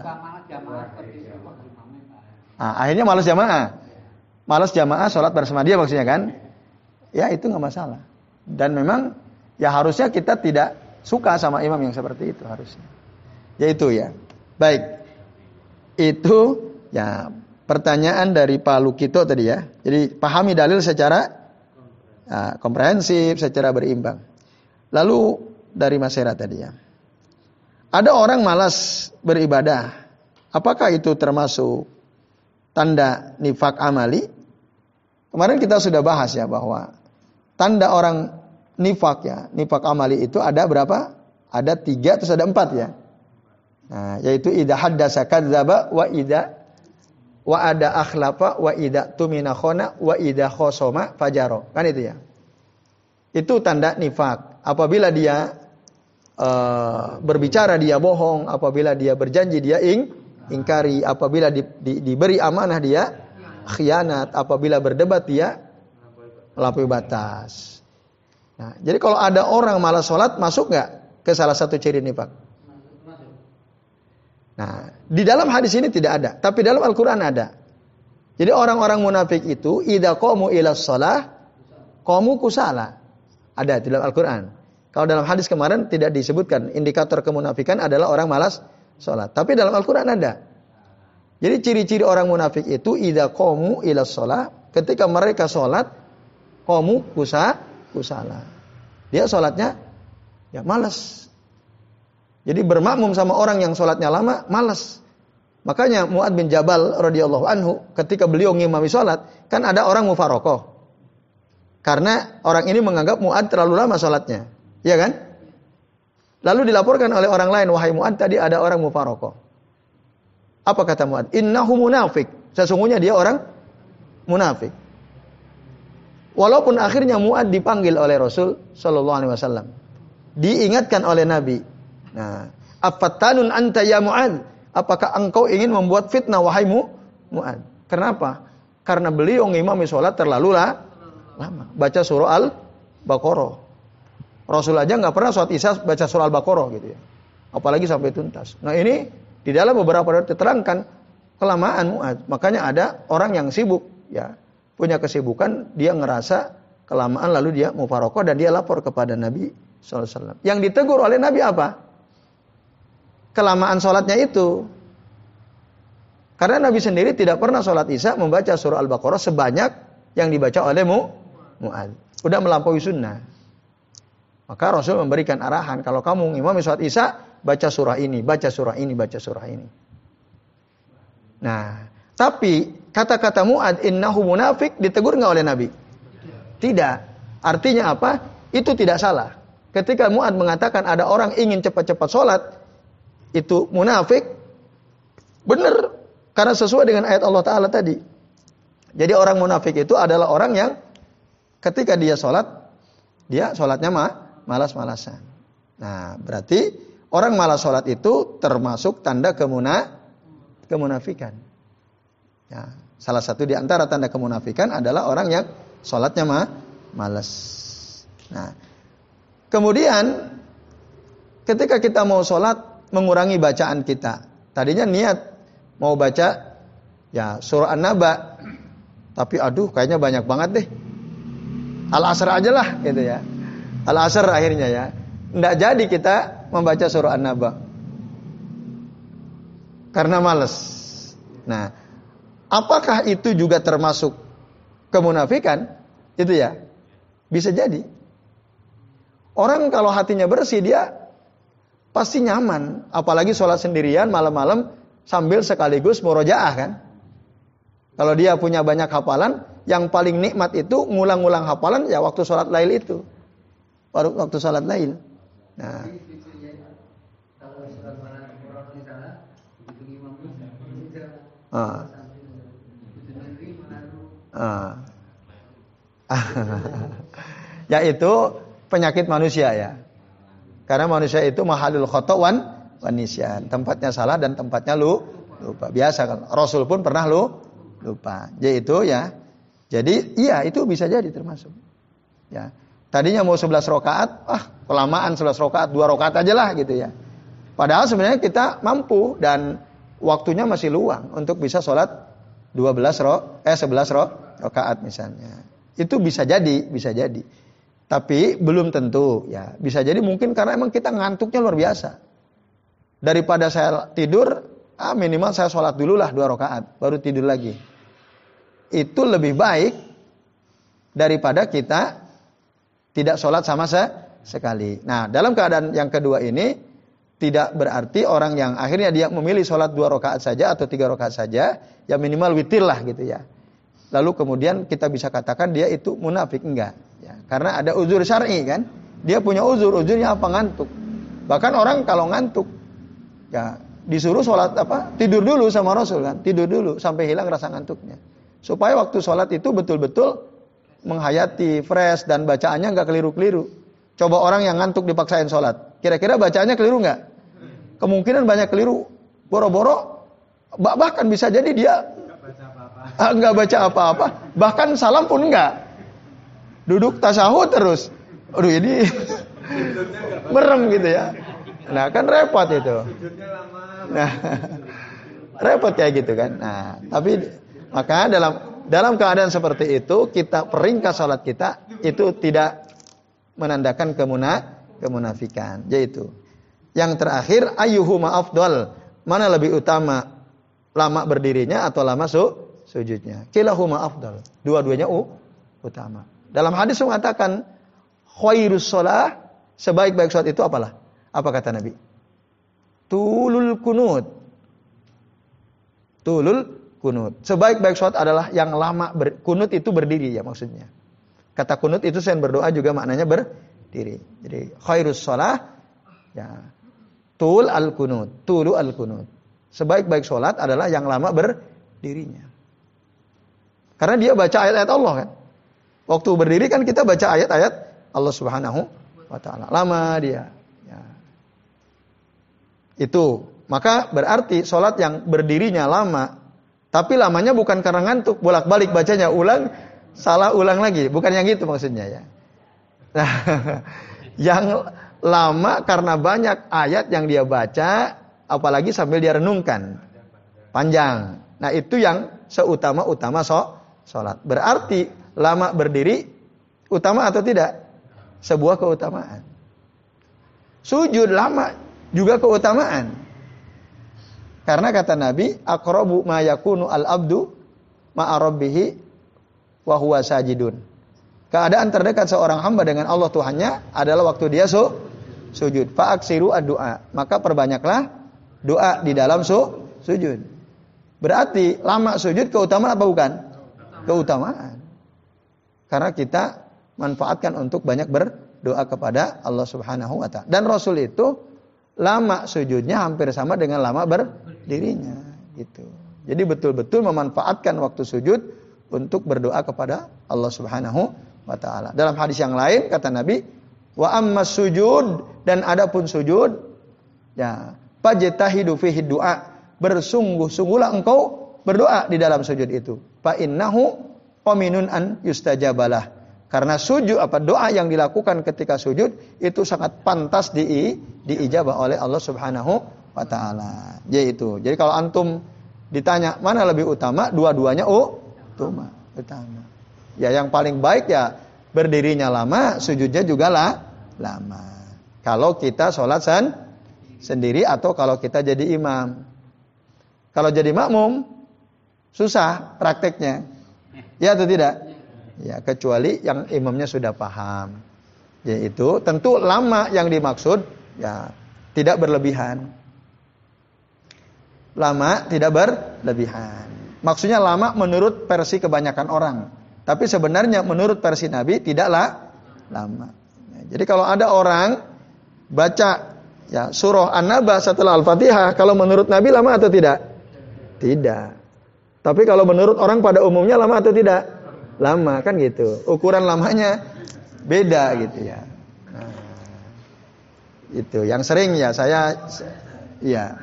Nah, akhirnya malas jamaah. Malas jamaah sholat bersama dia maksudnya kan? Ya itu enggak masalah. Dan memang ya harusnya kita tidak suka sama imam yang seperti itu harusnya. Ya itu ya. Baik. Itu ya pertanyaan dari Pak Lukito tadi ya. Jadi pahami dalil secara Nah, komprehensif, secara berimbang. Lalu dari Mas Hera tadi ya. Ada orang malas beribadah. Apakah itu termasuk tanda nifak amali? Kemarin kita sudah bahas ya bahwa tanda orang nifak ya, nifak amali itu ada berapa? Ada tiga, terus ada empat ya. Nah, yaitu idza haddasa kadzdzaba wa idza wa ada akhlafa wa idza tumina khona wa idza khosoma fajaro. Kan itu ya. Itu tanda nifak. Apabila dia uh, berbicara dia bohong, apabila dia berjanji dia ing ingkari, apabila di, di, diberi amanah dia khianat, apabila berdebat dia melampaui batas. Nah, jadi kalau ada orang malas sholat masuk nggak ke salah satu ciri nifak? Nah, di dalam hadis ini tidak ada, tapi dalam Al-Quran ada. Jadi orang-orang munafik itu, idza qamu ilas shalah, qamu kusala. Ada di dalam Al-Quran. Kalau dalam hadis kemarin tidak disebutkan, indikator kemunafikan adalah orang malas sholat. Tapi dalam Al-Quran ada. Jadi ciri-ciri orang munafik itu, idza qamu ilas shalah, ketika mereka sholat, qamu kusa, kusala. Dia sholatnya, ya malas. Jadi bermakmum sama orang yang sholatnya lama, malas. Makanya Mu'ad bin Jabal radhiyallahu anhu, ketika beliau ngimami sholat, kan ada orang mufarokoh. Karena orang ini menganggap Mu'ad terlalu lama sholatnya. Iya kan? Lalu dilaporkan oleh orang lain, wahai Mu'ad, tadi ada orang mufarokoh. Apa kata Mu'ad? Innahu munafik. Sesungguhnya dia orang munafik. Walaupun akhirnya Mu'ad dipanggil oleh Rasul sallallahu alaihi wasallam. Diingatkan oleh Nabi. Nah, afattanun anta ya Mu'ad? Apakah engkau ingin membuat fitnah wahai Mu'ad? Kenapa? Karena beliau ngimami sholat terlalu lah, lama. Baca surah Al-Baqarah. Rasul aja nggak pernah sholat isya baca surah Al-Baqarah gitu ya. Apalagi sampai tuntas. Nah ini di dalam beberapa riwayat diterangkan kelamaan Mu'ad. Makanya ada orang yang sibuk ya, punya kesibukan, dia ngerasa kelamaan lalu dia mufarokoh dan dia lapor kepada Nabi sallallahu alaihi wasallam. Yang ditegur oleh Nabi apa? kelamaan sholatnya itu. Karena Nabi sendiri tidak pernah sholat Isya membaca surah Al-Baqarah sebanyak yang dibaca oleh Mu, Mu'adz. Udah melampaui sunnah. Maka Rasul memberikan arahan, kalau kamu imam sholat Isya, baca surah ini, baca surah ini, baca surah ini. Nah, tapi kata-kata Mu'adz, innahu munafik, ditegur nggak oleh Nabi? Tidak. Artinya apa? Itu tidak salah. Ketika Mu'adz mengatakan ada orang ingin cepat-cepat sholat, itu munafik, benar. Karena sesuai dengan ayat Allah Ta'ala tadi. Jadi orang munafik itu adalah orang yang ketika dia sholat, dia sholatnya mah, malas-malasan. Nah, berarti orang malas sholat itu termasuk tanda kemuna, kemunafikan. Ya, salah satu di antara tanda kemunafikan adalah orang yang sholatnya mah, malas. Nah, kemudian ketika kita mau sholat, mengurangi bacaan kita. Tadinya niat mau baca ya surah An-Naba, tapi aduh kayaknya banyak banget deh. Al-Asr aja lah gitu ya. Al-Asr akhirnya ya. Nggak jadi kita membaca surah An-Naba karena malas. Nah, apakah itu juga termasuk kemunafikan? Itu ya. Bisa jadi. Orang kalau hatinya bersih dia pasti nyaman, apalagi sholat sendirian malam-malam sambil sekaligus murojaah kan. Kalau dia punya banyak hafalan, yang paling nikmat itu ngulang-ngulang hafalan ya waktu sholat lail itu. Waktu sholat lail. Nah. Ah. Ah. Ya itu penyakit manusia ya. Karena manusia itu mahalul khata' wan nisyan. Tempatnya salah dan tempatnya lu lupa. Biasa kan. Rasul pun pernah lu lupa. Jadi itu ya. Jadi iya itu bisa jadi termasuk. Ya. Tadinya mau sebelas rakaat, ah kelamaan sebelas rakaat, dua rakaat aja lah gitu ya. Padahal sebenarnya kita mampu dan waktunya masih luang untuk bisa sholat dua belas ro, eh sebelas ro, rakaat misalnya. Itu bisa jadi, bisa jadi. Tapi belum tentu ya. Bisa jadi mungkin karena emang kita ngantuknya luar biasa. Daripada saya tidur, ah minimal saya sholat dulu lah dua rakaat, baru tidur lagi. Itu lebih baik daripada kita tidak sholat sama sekali. Nah, dalam keadaan yang kedua ini tidak berarti orang yang akhirnya dia memilih sholat dua rakaat saja atau tiga rakaat saja, ya minimal witir lah gitu ya. Lalu kemudian kita bisa katakan dia itu munafik, enggak. Ya, karena ada uzur syar'i kan. Dia punya uzur, uzurnya apa? Ngantuk. Bahkan orang kalau ngantuk, ya disuruh sholat apa? Tidur dulu sama Rasul kan. Tidur dulu sampai hilang rasa ngantuknya. Supaya waktu sholat itu betul-betul menghayati, fresh dan bacaannya enggak keliru-keliru. Coba orang yang ngantuk dipaksain sholat. Kira-kira bacaannya keliru enggak? Kemungkinan banyak keliru. Boro-boro, bahkan bisa jadi dia enggak baca apa-apa. Bahkan salam pun enggak. Duduk tasyahud terus. Aduh ini merem gitu ya. Nah kan repot itu. Nah, repot kayak gitu kan. Nah, tapi maka dalam dalam keadaan seperti itu kita peringkas salat kita itu tidak menandakan kemuna, kemunafikan. Yaitu yang terakhir ayyuhuma afdal, mana lebih utama lama berdirinya atau lama su, sujudnya. Kilahuma afdal. Dua-duanya u, utama. Dalam hadis mengatakan khairus shalah, sebaik-baik salat itu apalah? Apa kata Nabi? Tulul kunut. Tulul kunut. Sebaik-baik salat adalah yang lama ber, kunut itu berdiri ya maksudnya. Kata kunut itu selain berdoa juga maknanya berdiri. Jadi khairus shalah ya tul al kunut, tulu al kunut. Sebaik-baik salat adalah yang lama berdirinya. Karena dia baca ayat-ayat Allah kan. Waktu berdiri kan kita baca ayat-ayat Allah Subhanahu wa taala. Lama dia. Ya. Itu. Maka berarti salat yang berdirinya lama, tapi lamanya bukan karena ngantuk, bolak-balik bacanya, ulang, salah ulang lagi. Bukan yang gitu maksudnya ya. Nah, yang lama karena banyak ayat yang dia baca, apalagi sambil dia renungkan. Panjang. Nah, itu yang seutama-utama so, salat. Berarti lama berdiri utama atau tidak? Sebuah keutamaan. Sujud lama juga keutamaan. Karena kata Nabi, aqrabu ma yakunu al-abdu ma'a rabbih wa huwa sajidun. Keadaan terdekat seorang hamba dengan Allah Tuhannya adalah waktu dia su, sujud. Fa'aksiru ad-du'a. Maka perbanyaklah doa di dalam su, sujud. Berarti lama sujud keutamaan apa bukan? Keutamaan. Karena kita manfaatkan untuk banyak berdoa kepada Allah Subhanahu wa taala. Dan Rasul itu lama sujudnya hampir sama dengan lama berdirinya, gitu. Jadi betul-betul memanfaatkan waktu sujud untuk berdoa kepada Allah Subhanahu wa taala. Dalam hadis yang lain kata Nabi, wa ammas sujud, dan adapun sujud, ya, fajtahidu fihi du'a, bersungguh-sungguhlah engkau berdoa di dalam sujud itu. Fa innahu qaminun an yustajabalah. Karena sujud apa doa yang dilakukan ketika sujud itu sangat pantas di diijabah oleh Allah Subhanahu wa taala. Yaitu. Jadi kalau antum ditanya mana lebih utama, dua-duanya oh, utama, utama. Ya yang paling baik ya berdirinya lama, sujudnya juga lah lama. Kalau kita sholat sen, sendiri atau kalau kita jadi imam. Kalau jadi makmum susah prakteknya. Ya atau tidak? Ya kecuali yang imamnya sudah paham. Yaitu tentu lama yang dimaksud ya tidak berlebihan. Lama tidak berlebihan. Maksudnya lama menurut versi kebanyakan orang. Tapi sebenarnya menurut versi Nabi tidaklah lama. Jadi kalau ada orang baca ya surah An-Naba setelah Al-Fatihah, kalau menurut Nabi lama atau tidak? Tidak. Tapi kalau menurut orang pada umumnya lama atau tidak? Lama, kan gitu. Ukuran lamanya beda gitu ya. Nah, itu yang sering ya saya ya.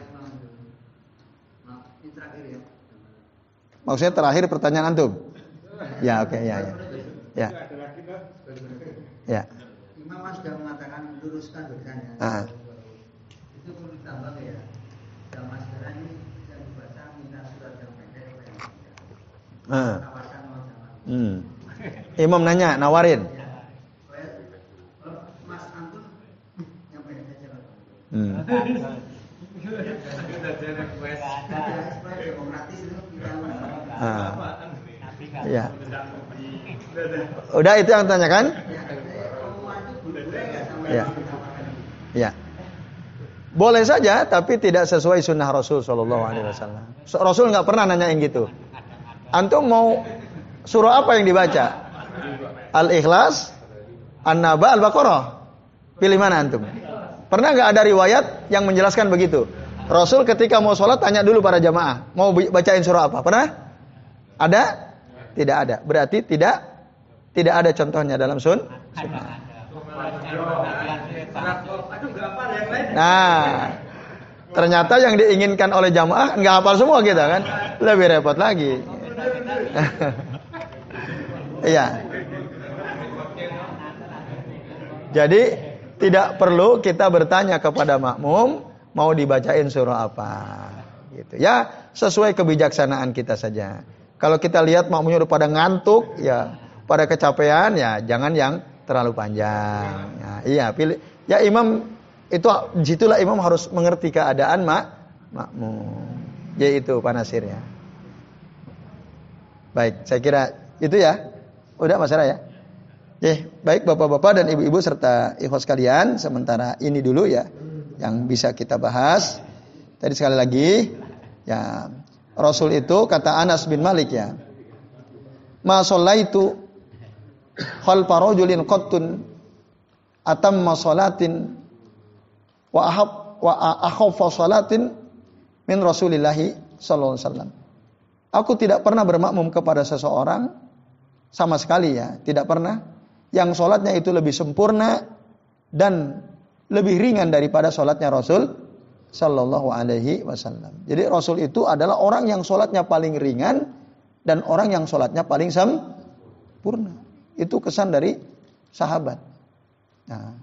Maksudnya terakhir pertanyaan antum? Ya, oke, okay, ya, ya. Ya. Ya. Imam sudah mengatakan luruskan bacanya. Ah. Itu perlu ditambah ya. Zaman sekarang ini yang dibaca minta surat yang pendek apa yang tidak. Ah. Tawarkan mau zaman. Hmm. Imam nanya, nawarin. Ya. Mas antum yang pendek saja. Hmm. Ah. Ya. Udah itu yang tanyakan? Ya. Ya. Boleh saja, tapi tidak sesuai sunnah Rasul Shallallahu Alaihi Wasallam. Rasul nggak pernah nanyain gitu. Antum mau surah apa yang dibaca? Al-Ikhlas, An-Naba, Al-Baqarah. Pilih mana antum? Pernah nggak ada riwayat yang menjelaskan begitu? Rasul ketika mau sholat tanya dulu para jamaah, mau bacain surah apa? Pernah? Ada? Tidak ada. Berarti tidak tidak ada contohnya dalam sun. Sunnah. Nah, ternyata yang diinginkan oleh jamaah nggak hafal semua kita kan? Lebih repot lagi. Iya. Jadi tidak perlu kita bertanya kepada makmum mau dibacain surah apa, gitu. Ya sesuai kebijaksanaan kita saja. Kalau kita lihat makmumnya udah pada ngantuk, ya pada kecapean, ya jangan yang terlalu panjang. Ya, iya pilih. Ya imam itu disitulah imam harus mengerti keadaan mak makmum. Yaitu Pak Nasir ya. Baik, saya kira itu ya. Udah masalah ya. Oke, baik bapak-bapak dan ibu-ibu serta ikhwas sekalian, sementara ini dulu ya yang bisa kita bahas. Tadi sekali lagi ya Rasul itu kata Anas bin Malik ya, ma shallaitu khalfa rajulin qattun atamma salatin wa ahab wa akhaffa salatin min Rasulillah sallallahu alaihi wasallam. Aku tidak pernah bermakmum kepada seseorang sama sekali ya, tidak pernah yang sholatnya itu lebih sempurna dan lebih ringan daripada sholatnya Rasul Sallallahu Alaihi Wasallam. Jadi Rasul itu adalah orang yang sholatnya paling ringan dan orang yang sholatnya paling sempurna. Itu kesan dari sahabat. Nah,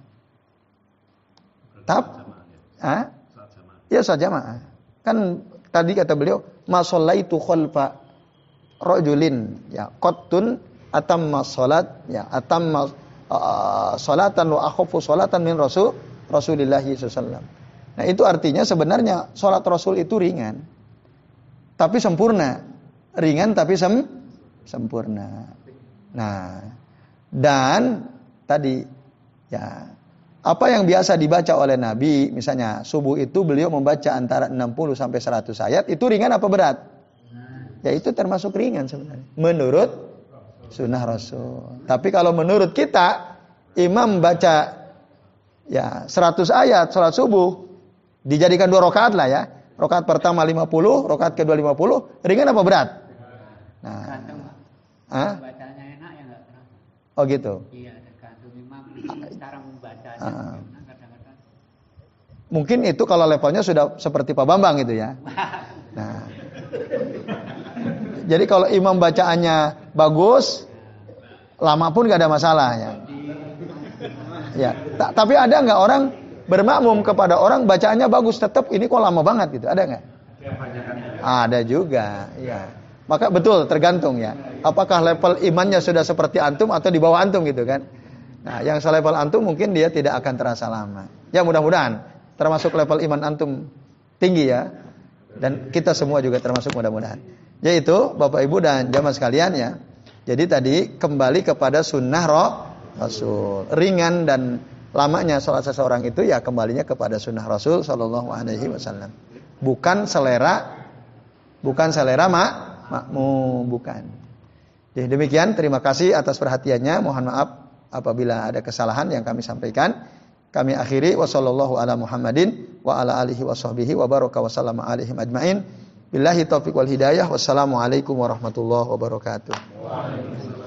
tap, ah, ya saat jamaah. Kan tadi kata beliau, ma shallaitu khalfa rajulin ya qattun atamma salat ya atamma uh, salatan wa akhafu salatan min rasul Rasulillah sallallahu alaihi wasallam. Nah itu artinya sebenarnya sholat Rasul itu ringan, tapi sempurna. Ringan tapi sem sempurna. Nah, dan tadi ya apa yang biasa dibaca oleh Nabi, misalnya subuh itu beliau membaca antara enam puluh sampai seratus ayat, itu ringan apa berat? Ya itu termasuk ringan sebenarnya. Menurut sunnah Rasul. Tapi kalau menurut kita, imam baca ya seratus ayat sholat subuh, dijadikan dua rakaat lah ya. Rakaat pertama lima puluh, rakaat kedua lima puluh, ringan apa berat? Nah, ah? Bacanya enak ya nggak terasa. Oh gitu. Iya, tergantung imam cara membacanya. Ah. Kadang-kadang. Mungkin itu kalau levelnya sudah seperti Pak Bambang gitu ya. Nah, jadi kalau imam bacaannya bagus, lama pun nggak ada masalah ya. Ya, ta- tapi ada nggak orang bermakmum kepada orang bacaannya bagus, tetap ini kok lama banget gitu, ada nggak? Ada juga, ya. Maka betul tergantung ya. Apakah level imannya sudah seperti antum atau di bawah antum gitu kan? Nah, yang selevel antum mungkin dia tidak akan terasa lama. Ya mudah-mudahan termasuk level iman antum tinggi ya. Dan kita semua juga termasuk mudah-mudahan. Yaitu Bapak Ibu dan jamaah sekalian ya. Jadi tadi kembali kepada sunnah roh Rasul. Ringan dan lamanya sholat seseorang itu ya kembalinya kepada sunnah Rasul Shallallahu Alaihi Wasallam. Bukan selera, bukan selera mak, makmum, bukan. Jadi demikian, terima kasih atas perhatiannya. Mohon maaf apabila ada kesalahan yang kami sampaikan. Kami akhiri wassallallahu ala Muhammadin wa ala alihi washabbihi wa baraka wa sallama alaihim ajmain. Billahi taufiq wal hidayah. Wassalamualaikum warahmatullahi wabarakatuh.